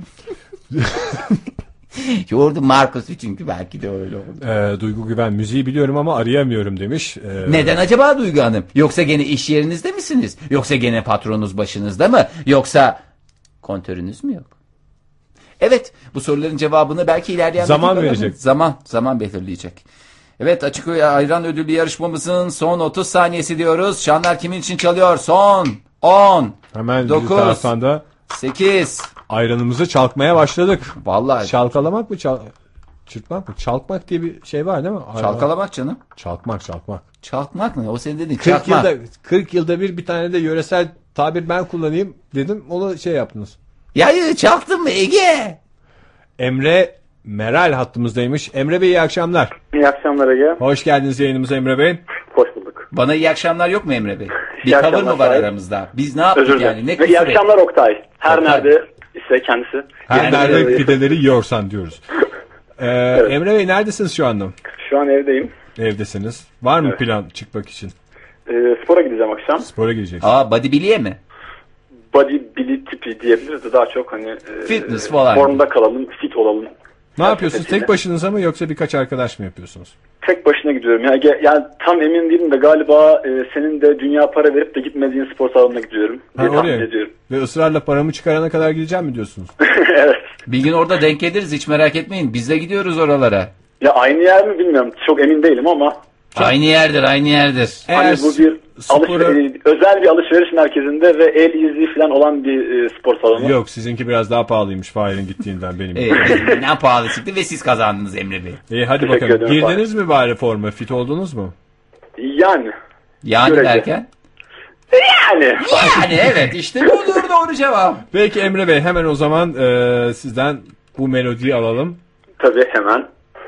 Yoğurdu markası çünkü belki de öyle oldu. Ee, Duygu Güven müziği biliyorum ama arayamıyorum demiş. Ee, Neden acaba Duygu Hanım? Yoksa gene iş yerinizde misiniz? Yoksa gene patronunuz başınızda mı? Yoksa kontörünüz mü yok? Evet, bu soruların cevabını belki ilerleyen Zaman dakikalarda- verecek. Zaman, zaman belirleyecek. Evet, açık ayran ödüllü yarışmamızın son otuz saniyesi diyoruz. Şanlar kimin için çalıyor? Son on, Hemen bir dokuz, taraftan da sekiz. ayranımızı çalkmaya başladık. Vallahi Çalkalamak mı? Çal çırpmak mı? Çalkmak diye bir şey var değil mi? Ayran- çalkalamak canım. Çalkmak, çalkmak. Çalkmak ne? O senin dediğin kırk çakma. yılda kırk yılda bir bir tane de yöresel tabir ben kullanayım dedim. Onu şey yaptınız. Ya çalktın mı Ege? Emre Meral hattımızdaymış. Emre Bey iyi akşamlar. İyi akşamlar Ege. Hoş geldiniz yayınımıza Emre Bey. Hoş bulduk. Bana iyi akşamlar yok mu Emre Bey? Bir İyi tavır akşamlar, mı var Sahip. aramızda? Biz ne yaptık Özür yani? dilerim. Ne Ve küfür iyi ettik? akşamlar Oktay. Her Oktay. nerede ise kendisi. Her Yani- nerede Evet. pideleri yiyorsan diyoruz. Ee, Emre Bey neredesiniz şu anda? Şu an evdeyim. Evdesiniz. Var mı Evet. plan çıkmak için? Ee, spora gideceğim akşam. Spora gideceksiniz. Aa, bodybiliye mi? Bodybuilding tipi diyebiliriz de daha çok hani e, Fitness falan. formda kalalım, fit olalım Ne yapıyorsunuz? Tek başınıza mı yoksa birkaç arkadaş mı yapıyorsunuz? Tek başına gidiyorum. Yani, yani tam emin değilim de galiba e, senin de dünya para verip de gitmediğin spor salonuna gidiyorum diye ha, tahmin ediyorum. Ve ısrarla paramı çıkarana kadar gideceğim mi diyorsunuz? Evet. Bir gün orada denk ederiz, hiç merak etmeyin. Biz de gidiyoruz oralara. Ya aynı yer mi bilmiyorum. Çok emin değilim ama. Çok... Aynı yerdir, aynı yerdir. Hani Eğer bu bir sporu... alışveriş, özel bir alışveriş merkezinde ve el izi falan olan bir e, spor salonu. Yok, sizinki biraz daha pahalıymış Fahir'in gittiğinden benim. Ee, ne pahalı çıktı ve siz kazandınız Emre Bey. İyi, hadi Teşekkür bakalım. ederim, Girdiniz mi bari forma? Fit oldunuz mu? Yani. Yani Görece. derken? Yani. Yani evet, işte bu doğru, doğru cevap. Peki Emre Bey, hemen o zaman e, sizden bu melodiyi alalım. Tabii, hemen.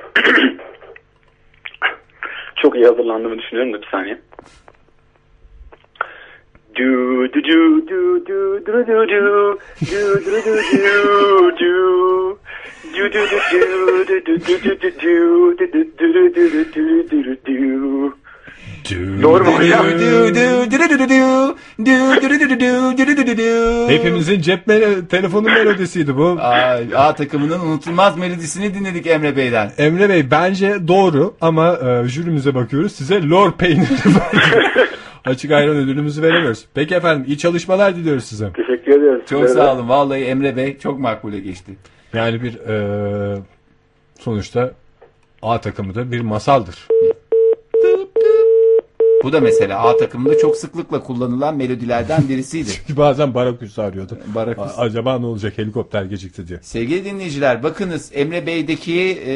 Çok iyi hazırlandığımı düşünüyorum da bir saniye. Du du du du du du du du du du du du du Doğru mu hocam? Hepimizin cep me- telefonu melodisiydi bu. A, A takımının unutulmaz melodisini dinledik Emre Bey'den. Emre Bey bence doğru ama e, jürimize bakıyoruz. Size lor peyniri açık ayran ödülümüzü veremiyoruz. Peki efendim, iyi çalışmalar diliyoruz size. Teşekkür ediyoruz. Çok size sağ de. olun. Vallahi Emre Bey çok makbule geçti. Yani bir e, sonuçta A takımı da bir masaldır. Bu da mesela A takımında çok sıklıkla kullanılan melodilerden birisiydi. Çünkü bazen Barakus arıyordu. Barakus. Acaba ne olacak, helikopter gecikti diye. Sevgili dinleyiciler, bakınız Emre Bey'deki e,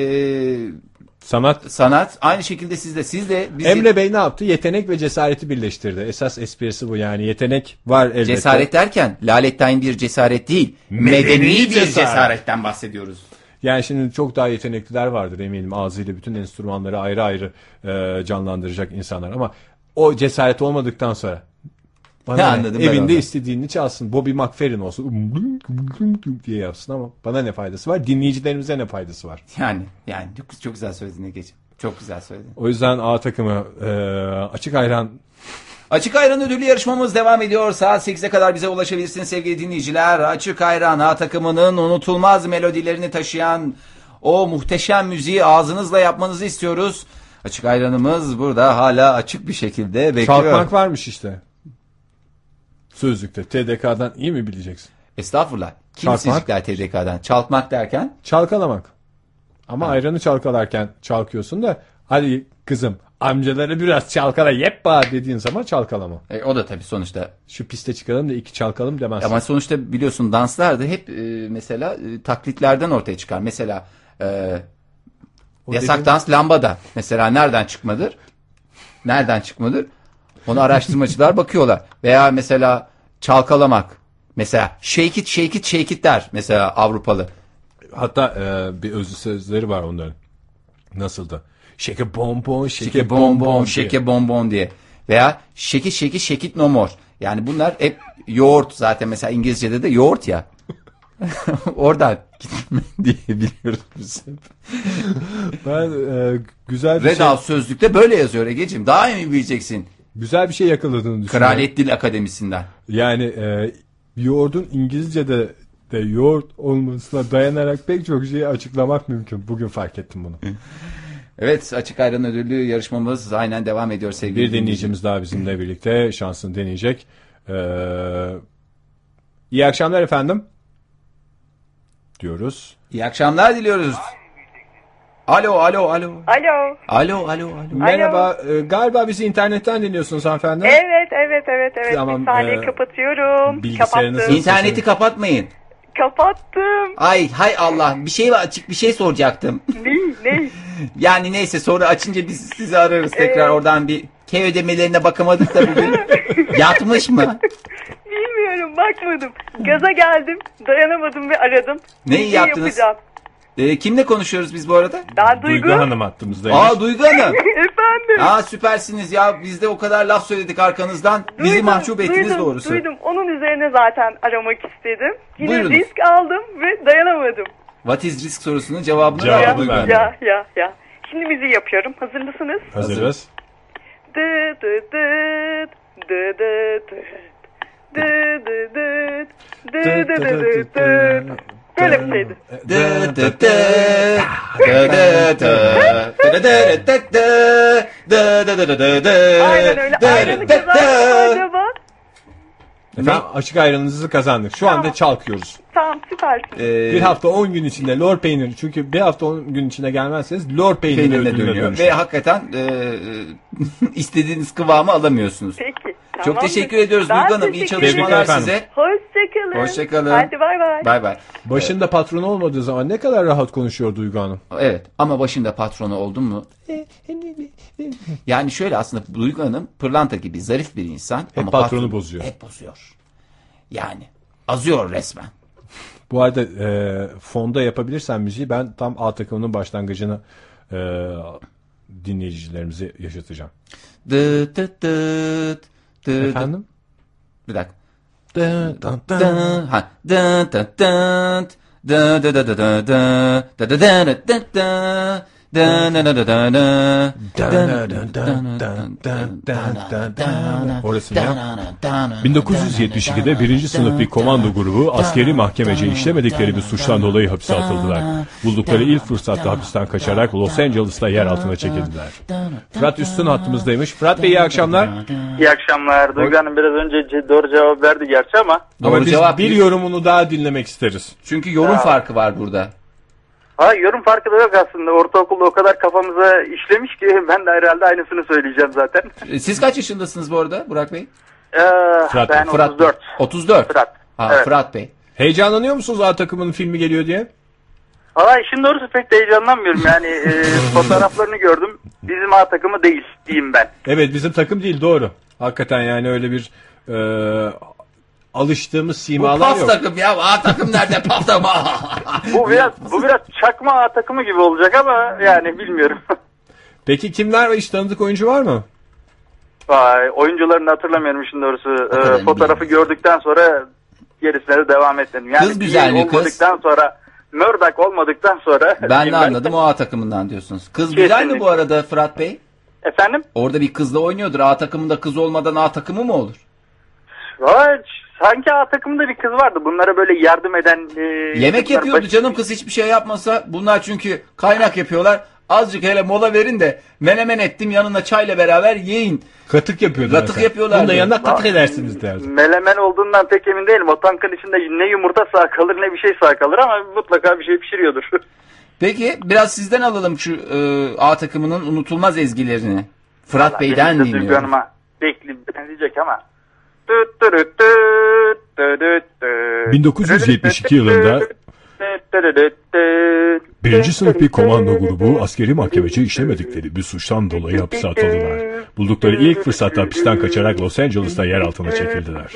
sanat sanat aynı şekilde sizde. Siz de bizi... Emre Bey ne yaptı? Yetenek ve cesareti birleştirdi. Esas esprisi bu yani. Yetenek var elbette. Cesaret derken laletten bir cesaret değil, medeni, medeni bir cesaret. cesaretten bahsediyoruz. Yani şimdi çok daha yetenekliler vardır eminim. Ağzıyla bütün enstrümanları ayrı ayrı e, canlandıracak insanlar ama o cesaret olmadıktan sonra bana ne, evinde istediğini çalsın. Bobby McFerrin olsun diye yapsın ama bana ne faydası var? Dinleyicilerimize ne faydası var? Yani yani çok, çok güzel söyledin Egeciğim. Çok güzel söyledin. O yüzden A takımı e, açık ayran Açık Ayran ödüllü yarışmamız devam ediyor. Saat sekize kadar bize ulaşabilirsiniz sevgili dinleyiciler. Açık Ayran A takımının unutulmaz melodilerini taşıyan o muhteşem müziği ağzınızla yapmanızı istiyoruz. Açık Ayranımız burada hala açık bir şekilde bekliyor. Çalkmak varmış işte. Sözlükte T D K'dan iyi mi bileceksin? Estağfurullah. Kim sizlikler T D K'dan? Çalkmak derken? Çalkalamak. Ama ha. Ayranı çalkalarken çalkıyorsun da hadi kızım amcaları biraz çalkala yeppa dediğin zaman çalkalama. E, o da tabii sonuçta. Şu piste çıkalım da iki çalkalım demezsin. Ama sonuçta biliyorsun danslar da hep e, mesela e, taklitlerden ortaya çıkar. Mesela e, yasak dediğin... dans lambada. Mesela nereden çıkmadır? Nereden çıkmadır? Onu araştırmacılar bakıyorlar. Veya mesela çalkalamak. Mesela shake it shake it shake it der. Mesela Avrupalı. Hatta e, bir özlü sözleri var onların. Nasıl da? Şeke bonbon, şeke bonbon, şeke bonbon diye. Veya şeki şeki şekit no more. Yani bunlar hep yoğurt zaten mesela İngilizce'de de yoğurt ya. Oradan gitme diye biliyoruz biz. Ben e, güzel bir Red şey... House sözlükte böyle yazıyor Egeciğim. Daha iyi bileceksin. Güzel bir şey yakaladığını düşünüyorum. Kraliyet Dil Akademisi'nden. Yani e, yoğurdun İngilizce'de de yoğurt olmasına dayanarak pek çok şeyi açıklamak mümkün. Bugün fark ettim bunu. Evet, Açık Ayran ödüllü yarışmamız aynen devam ediyor sevgili bir dinleyicimiz daha bizimle birlikte şansını deneyecek. Ee, iyi akşamlar efendim diyoruz. İyi akşamlar diliyoruz. Alo, alo, alo. Alo. Alo, alo, alo. Merhaba, e, galiba bizi internetten dinliyorsunuz hanımefendi. Evet, evet, evet, evet. Tamam, bir saniye e, kapatıyorum. Bilgisayarınızı... İnterneti kapatmayın. Kapattım. Ay hay Allah, bir şey var, açık bir şey soracaktım. Ne? Ne? Yani neyse, sonra açınca biz sizi ararız tekrar, ee... oradan bir K ödemelerine bakamadık da bugün. Yatmış mı? Bilmiyorum, bakmadım. Gaza geldim, dayanamadım ve aradım. Neyi yaptınız? Yapacağım. Ee, kimle konuşuyoruz biz bu arada? Ben Duygu. Duygu Hanım hattımızdaymış. Aa, Duygu Hanım. Efendim. Aa, süpersiniz ya, biz de o kadar laf söyledik arkanızdan. Bizi duydum, mahcup ettiniz duydum, doğrusu. Duydum, onun üzerine zaten aramak istedim. Yine Buyurunuz. Risk aldım ve dayanamadım. What is risk sorusunun cevabını Cevabı verdim. Ya ya ya. Şimdi müziği yapıyorum. Hazır mısınız? Hazırız. Dı dı dı dı dı dı dı dı dı dı dı dı dı dı. Böyle bir şeydi. Aynen öyle. Ayranı kazandım acaba? Efendim açık ayranınızı kazandık. Şu anda çalkıyoruz. Tamam süpersin. Ee, bir hafta on gün içinde lor peyniri, çünkü bir hafta on gün içinde gelmezseniz lor peyniri peynirine dönüyor. Ve hakikaten e, istediğiniz kıvamı alamıyorsunuz. Peki. Çok Tamamdır. teşekkür ediyoruz Ben Duygu Hanım. İyi teşekkür çalışmalar ederim. size. Hoşçakalın. Hoşçakalın. Hadi bay bay. Bay bay. Başında patronu olmadığı zaman ne kadar rahat konuşuyor Duygu Hanım. Evet ama başında patronu oldun mu? Yani şöyle, aslında Duygu Hanım pırlanta gibi zarif bir insan. Hep ama patronu patron, bozuyor. Hep bozuyor. Yani azıyor resmen. Bu arada e, fonda yapabilirsen müziği, ben tam A takımının başlangıcını e, dinleyicilerimize yaşatacağım. Dıt dıt dıt dıt. Efendim? Bir dakika. Dıt dıt dıt. Ha. Dıt dıt dıt. Dıt dıt dıt dıt dıt. Dıt dıt dıt dıt dıt. Orası ne ya? bin dokuz yüz yetmiş ikide birinci sınıf bir komando grubu askeri mahkemece işlemedikleri bir suçtan dolayı hapse atıldılar. Buldukları ilk fırsatta hapisten kaçarak Los Angeles'ta yer altına çekildiler. Fırat Üstün hattımızdaymış. Fırat Bey iyi akşamlar. İyi akşamlar. Duygu Hanım biraz önce doğru cevap verdi gerçi ama. Ama biz cevap bir yorumunu daha dinlemek isteriz. Çünkü yorum farkı var burada. Ha, yorum farkı da yok aslında. Ortaokulda o kadar kafamıza işlemiş ki ben de herhalde aynısını söyleyeceğim zaten. Siz kaç yaşındasınız bu arada Burak Bey? Ee, Fırat, ben Fırat otuz dört. otuz dört. Fırat. Ha, Evet. Fırat Bey. Heyecanlanıyor musunuz A takımının filmi geliyor diye? Valla işin doğrusu pek de heyecanlanmıyorum. Yani e, fotoğraflarını gördüm. Bizim A takımı değil diyeyim ben. Evet, bizim takım değil, doğru. Hakikaten yani öyle bir e, alıştığımız simalar bu paf yok. takım ya. A takım nerede, paf takım? bu biraz bu biraz çakma A takımı gibi olacak ama yani bilmiyorum. Peki kimler var? Hiç tanıdık oyuncu var mı? Vay, oyuncularını hatırlamıyorum işin doğrusu. Ee, fotoğrafı gördükten sonra gerisine de devam etmedim. Yani kız güzel mi kız? Olmadıktan sonra, Murdoch olmadıktan sonra. Ben de anladım, o A takımından diyorsunuz. Kız Kesinlikle. güzel mi bu arada Fırat Bey? Efendim? Orada bir kızla oynuyordur. A takımında kız olmadan A takımı mı olur? Vay, sanki A takımında bir kız vardı. Bunlara böyle yardım eden... E, Yemek yapıyordu baş... canım, kız hiçbir şey yapmasa. Bunlar çünkü kaynak yapıyorlar. Azıcık hele mola verin de menemen ettim yanına çayla beraber yiyin. Katık yapıyordu. Katık mesela. yapıyorlar. Bunun da yanına katık edersiniz derdi. Melemen olduğundan pek emin değilim. O tankın içinde ne yumurta sağ kalır ne bir şey sağ kalır ama mutlaka bir şey pişiriyordur. Peki biraz sizden alalım şu e, A takımının unutulmaz ezgilerini. Fırat Vallahi Bey'den dinliyorum. Duygu Hanım'a bekli benzeyecek ama. bin dokuz yüz yetmiş iki yılında birinci sınıf bir komando grubu askeri mahkemece işlemedikleri bir suçtan dolayı hapse atıldılar. Buldukları ilk fırsatta hapisten kaçarak Los Angeles'ta yer altına çekildiler.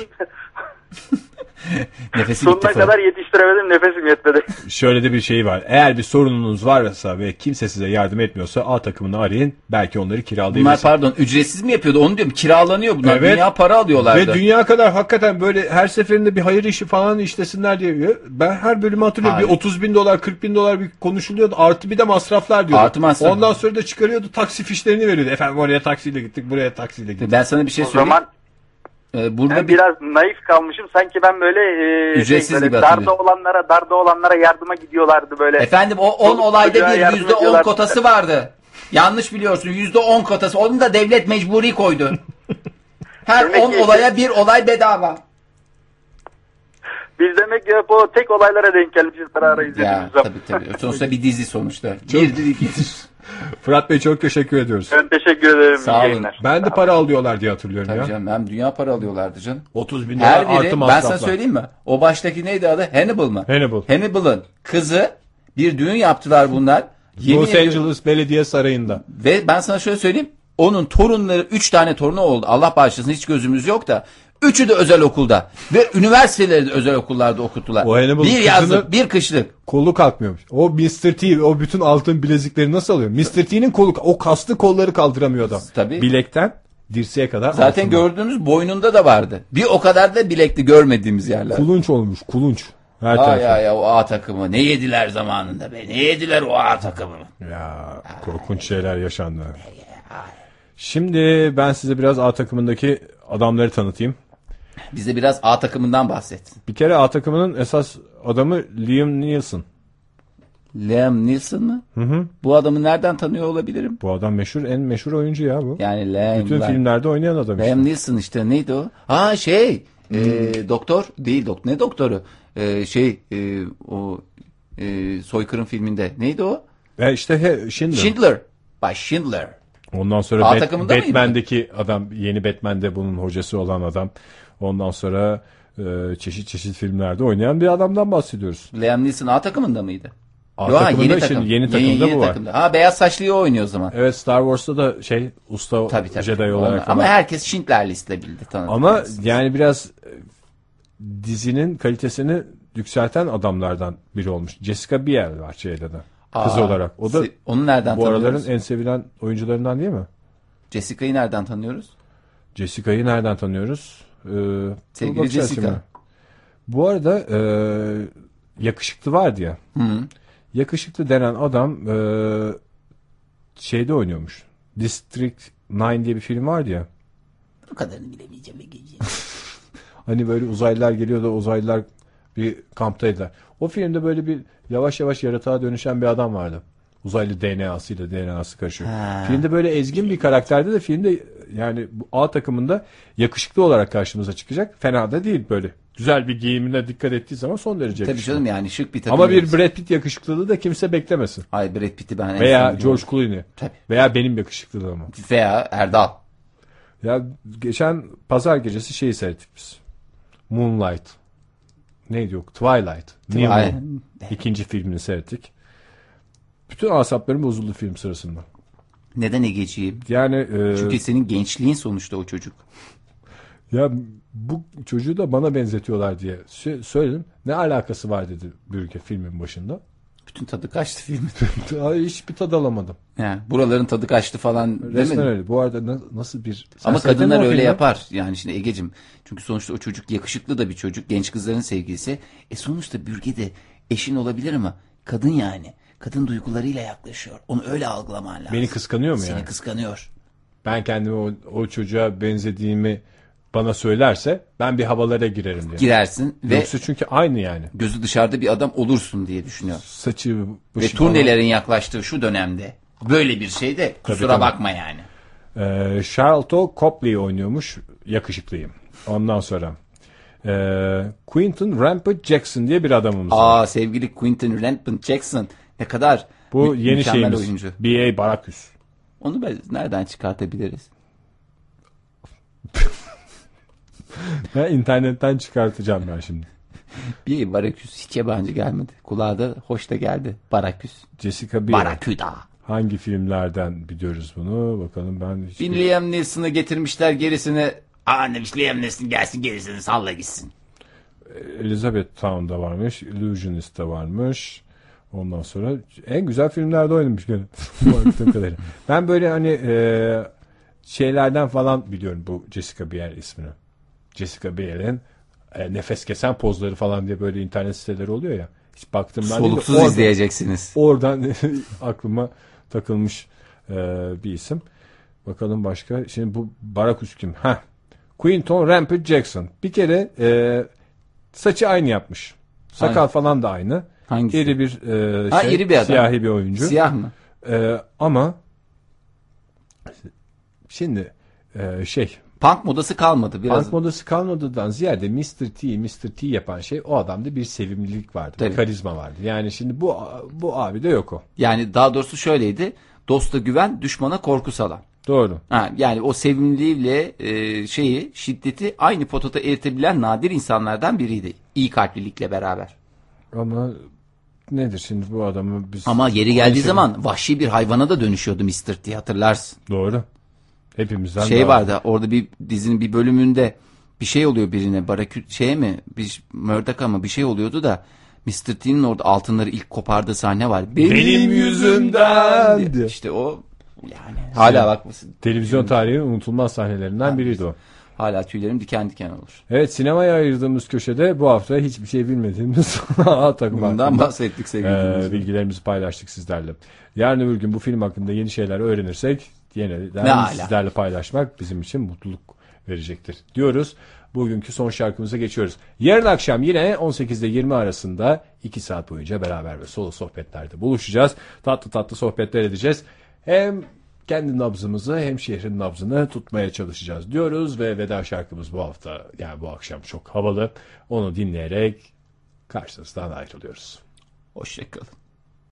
Nefesi sonuna kadar yetiştiremedim, nefesim yetmedi. Şöyle de bir şey var. Eğer bir sorununuz varsa ve kimse size yardım etmiyorsa A takımını arayın. Belki onları kiralayabilirsiniz. Bunlar pardon ücretsiz mi yapıyordu? Onu diyorum, kiralanıyor bunlar. Evet. Dünya para alıyorlardı. Ve dünya kadar hakikaten böyle her seferinde bir hayır işi falan işlesinler diye. Ben her bölümü hatırlıyorum. Hayır. Bir otuz bin dolar kırk bin dolar bir konuşuluyordu. Artı bir de masraflar diyordu. Artı masraf. Ondan sonra da çıkarıyordu, taksi fişlerini veriyordu. Efendim oraya taksiyle gittik, buraya taksiyle gittik. Ben sana bir şey o söyleyeyim. Zaman... Ee, burada ben bir... biraz naif kalmışım. Sanki ben böyle, e, ücretsiz şey, böyle gibi darda olanlara, darda olanlara yardıma gidiyorlardı böyle. Efendim o on olayda bir yüzde on kotası vardı. Yanlış biliyorsun. yüzde on kotası. Onu da devlet mecburi koydu. Her on olaya bir olay bedava. Biz demek ki o tek olaylara denk gelmişiz. Ara izlediğimiz zaman. Tabii tabii. Sonuçta bir dizi sonuçta. Birdir ikidir. Fırat Bey çok teşekkür ediyoruz. Ben teşekkür ederim. Sağ olun. Ben de para alıyorlar diye hatırlıyorum. Tabii ya. Canım, hem dünya para alıyorlardı canım. otuz bin dolar artı masraflar. Ben sana söyleyeyim mi? O baştaki neydi adı? Hannibal mı? Hannibal. Hannibal'ın kızı, bir düğün yaptılar bunlar. Los Angeles Belediye Sarayı'nda. Ve ben sana şöyle söyleyeyim. Onun torunları, üç tane torunu oldu. Allah bağışlasın, hiç gözümüz yok da. Üçü de özel okulda. Ve üniversitelerde özel okullarda okuttular. Bir yazlık, bir kışlık. Kolu kalkmıyormuş. O mister T, o bütün altın bilezikleri nasıl alıyor? mister T'nin kolu, o kaslı kolları kaldıramıyor adam. Tabii. Bilekten dirseğe kadar. Zaten altında. Gördüğünüz boynunda da vardı. Bir o kadar da bilekli görmediğimiz yerler. Kulunç olmuş, kulunç. Her Ay ya ya o A takımı. Ne yediler zamanında be? Ne yediler o A takımı? Ya korkunç şeyler yaşandı. Şimdi ben size biraz A takımındaki adamları tanıtayım. Bize biraz A takımından bahset. Bir kere A takımının esas adamı Liam Neeson. Liam Neeson mı? Hı hı. Bu adamı nereden tanıyor olabilirim? Bu adam meşhur, en meşhur oyuncu ya bu. Yani Liam, bütün Liam. filmlerde oynayan adam işte. Liam Neeson işte, neydi o? Ha şey, hmm. e, doktor değil, doktor ne doktoru? E, şey, e, o e, soykırım filminde neydi o? E işte he, Schindler. Schindler. Bay Schindler. Ondan sonra Bat- Batman'deki adam, yeni Batman'de bunun hocası olan adam. Ondan sonra e, çeşit çeşit filmlerde oynayan bir adamdan bahsediyoruz. Liam Neeson A takımında mıydı? A Yo, takımında yeni, takım. yeni takımda yeni, yeni bu takımda. var. Ha, beyaz saçlıyı oynuyor o zaman. Evet, Star Wars'ta da şey usta tabii, tabii. Jedi olarak. Ama herkes Schindler listebildi. Ama yani biraz dizinin kalitesini yükselten adamlardan biri olmuş. Jessica Biel var şeyde de. Kız Aa, olarak. O da onu nereden bu araların en sevilen oyuncularından değil mi? Jessica'yı nereden tanıyoruz? Jessica'yı nereden tanıyoruz? Ee, Sevgili Jessica. Şimdi. Bu arada e, yakışıklı vardı ya. Hı. Yakışıklı denen adam e, şeyde oynuyormuş. District dokuz diye bir film vardı ya. O kadarını bilemeyeceğim. Hani böyle uzaylılar geliyor da uzaylılar bir kamptaydılar. O filmde böyle bir yavaş yavaş yaratığa dönüşen bir adam vardı. Uzaylı D N A'sıyla D N A'sı karışıyor. Ha. Filmde böyle ezgin bir karakterde de filmde yani bu A takımında yakışıklı olarak karşımıza çıkacak. Fena da değil böyle. Güzel bir giyimine dikkat ettiği zaman son derece yakışıklı. Tabii canım, yani şık bir takım. Ama bir Brad Pitt yakışıklılığı da kimse beklemesin. Ay, Brad Pitt'i ben... Veya George Clooney. Tabii. Veya benim yakışıklılığımı. Veya Erdal. Ya geçen pazar gecesi şeyi seyrettik biz. Moonlight. Neydi yok? Twilight. Twilight. İkinci filmini seyrettik. Bütün asaplarım bozuldu film sırasında. Neden Egeciğim? Yani e... çünkü senin gençliğin sonuçta o çocuk. Ya bu çocuğu da bana benzetiyorlar diye söyledim. Ne alakası var dedi Bürge filmin başında. Bütün tadı kaçtı filmin. Hiçbir tadı alamadım. Yani buraların tadı kaçtı falan değil mi? Resmen öyle. Bu arada na- nasıl bir... Sen ama kadınlar öyle filmi? Yapar. Yani şimdi Egeciğim. Çünkü sonuçta o çocuk yakışıklı da bir çocuk. Genç kızların sevgilisi. E sonuçta Bürge de eşin olabilir ama kadın yani. Kadın duygularıyla yaklaşıyor. Onu öyle algılaman lazım. Beni kıskanıyor mu Seni yani? Seni kıskanıyor. Ben kendimi o, o çocuğa benzediğimi bana söylerse ben bir havalara girerim diye. Girersin ve yoksa çünkü aynı yani. Gözü dışarıda bir adam olursun diye düşünüyor. Saçı ve turnelerin falan yaklaştığı şu dönemde böyle bir şeyde kusura tabii, bakma yani. Ee, Charlton Copley oynuyormuş, yakışıklıyım. Ondan sonra e, Quentin Rampant Jackson diye bir adamımız var. Aa, sevgili Quentin Rampant Jackson ne kadar bu mü- yeni şeyimiz oyuncu. B A Baracus. Onu ben nereden çıkartabiliriz? Ben internetten çıkartacağım ben şimdi. Bir Baracus hiç yabancı gelmedi. Kulağa da hoş da geldi. Baracus. Jessica Biel. Barracuda. Hangi filmlerden biliyoruz bunu? Bakalım ben... Hiç... Bir Liam Neeson'ı getirmişler, gerisini... Aa demiş, Liam Neeson gelsin gerisini salla gitsin. Elizabeth Town'da varmış. Illusionist'ta varmış. Ondan sonra en güzel filmlerde oynamış gene. Ben böyle hani e, şeylerden falan biliyorum bu Jessica Biel ismini. Jessica Biel'in e, nefes kesen pozları falan diye böyle internet siteleri oluyor ya. Hiç baktım ben. Soluksuz oradan, izleyeceksiniz. Oradan aklıma takılmış e, bir isim. Bakalım başka. Şimdi bu Baracus kim? Heh. Quentin Rampant Jackson. Bir kere e, saçı aynı yapmış. Sakal Hangi? falan da aynı. Hangisi? İri bir, e, ha, şey, iri bir adam. Siyahi bir oyuncu. Siyah mı? E, ama şimdi e, şey punk modası kalmadı biraz. Punk modası kalmadıdan ziyade mister T, mister T yapan şey o adamda bir sevimlilik vardı. Tabii. Bir karizma vardı. Yani şimdi bu bu abi de yok o. Yani daha doğrusu şöyleydi. Dosta güven, düşmana korku salan. Doğru. Ha, yani o sevimliliğiyle e, şeyi, şiddeti aynı potada eritebilen nadir insanlardan biriydi. İyi kalplilikle beraber. Ama nedir şimdi bu adamı biz... Ama yeri geldiği zaman vahşi bir hayvana da dönüşüyordu mister T, hatırlarsın. Doğru. Hepimizden şey vardı var. Orada bir dizinin bir bölümünde bir şey oluyor birine, Baraküt şey mi, bir Murdoch ama bir şey oluyordu da mister T'nin orada altınları ilk kopardığı sahne var. Benim, Benim yüzümden. Diye. İşte o yani hala bakmasın. Televizyon tarihinin unutulmaz sahnelerinden ha, biriydi o. Hala tüylerim diken diken olur. Evet, sinemaya ayırdığımız köşede bu hafta hiçbir şey bilmediğimiz A takım bundan bahsettik sevgili ee, bilgilerimizi paylaştık sizlerle. Yarın öbür gün bu film hakkında yeni şeyler öğrenirsek yeniden sizlerle paylaşmak bizim için mutluluk verecektir diyoruz. bugünkü son şarkımıza geçiyoruz. Yarın akşam yine on sekizde yirmi arasında iki saat boyunca beraber ve solo sohbetlerde buluşacağız. Tatlı tatlı sohbetler edeceğiz. Hem kendi nabzımızı hem şehrin nabzını tutmaya çalışacağız diyoruz ve veda şarkımız bu hafta, yani bu akşam çok havalı. Onu dinleyerek karşınızdan ayrılıyoruz. Hoşçakalın.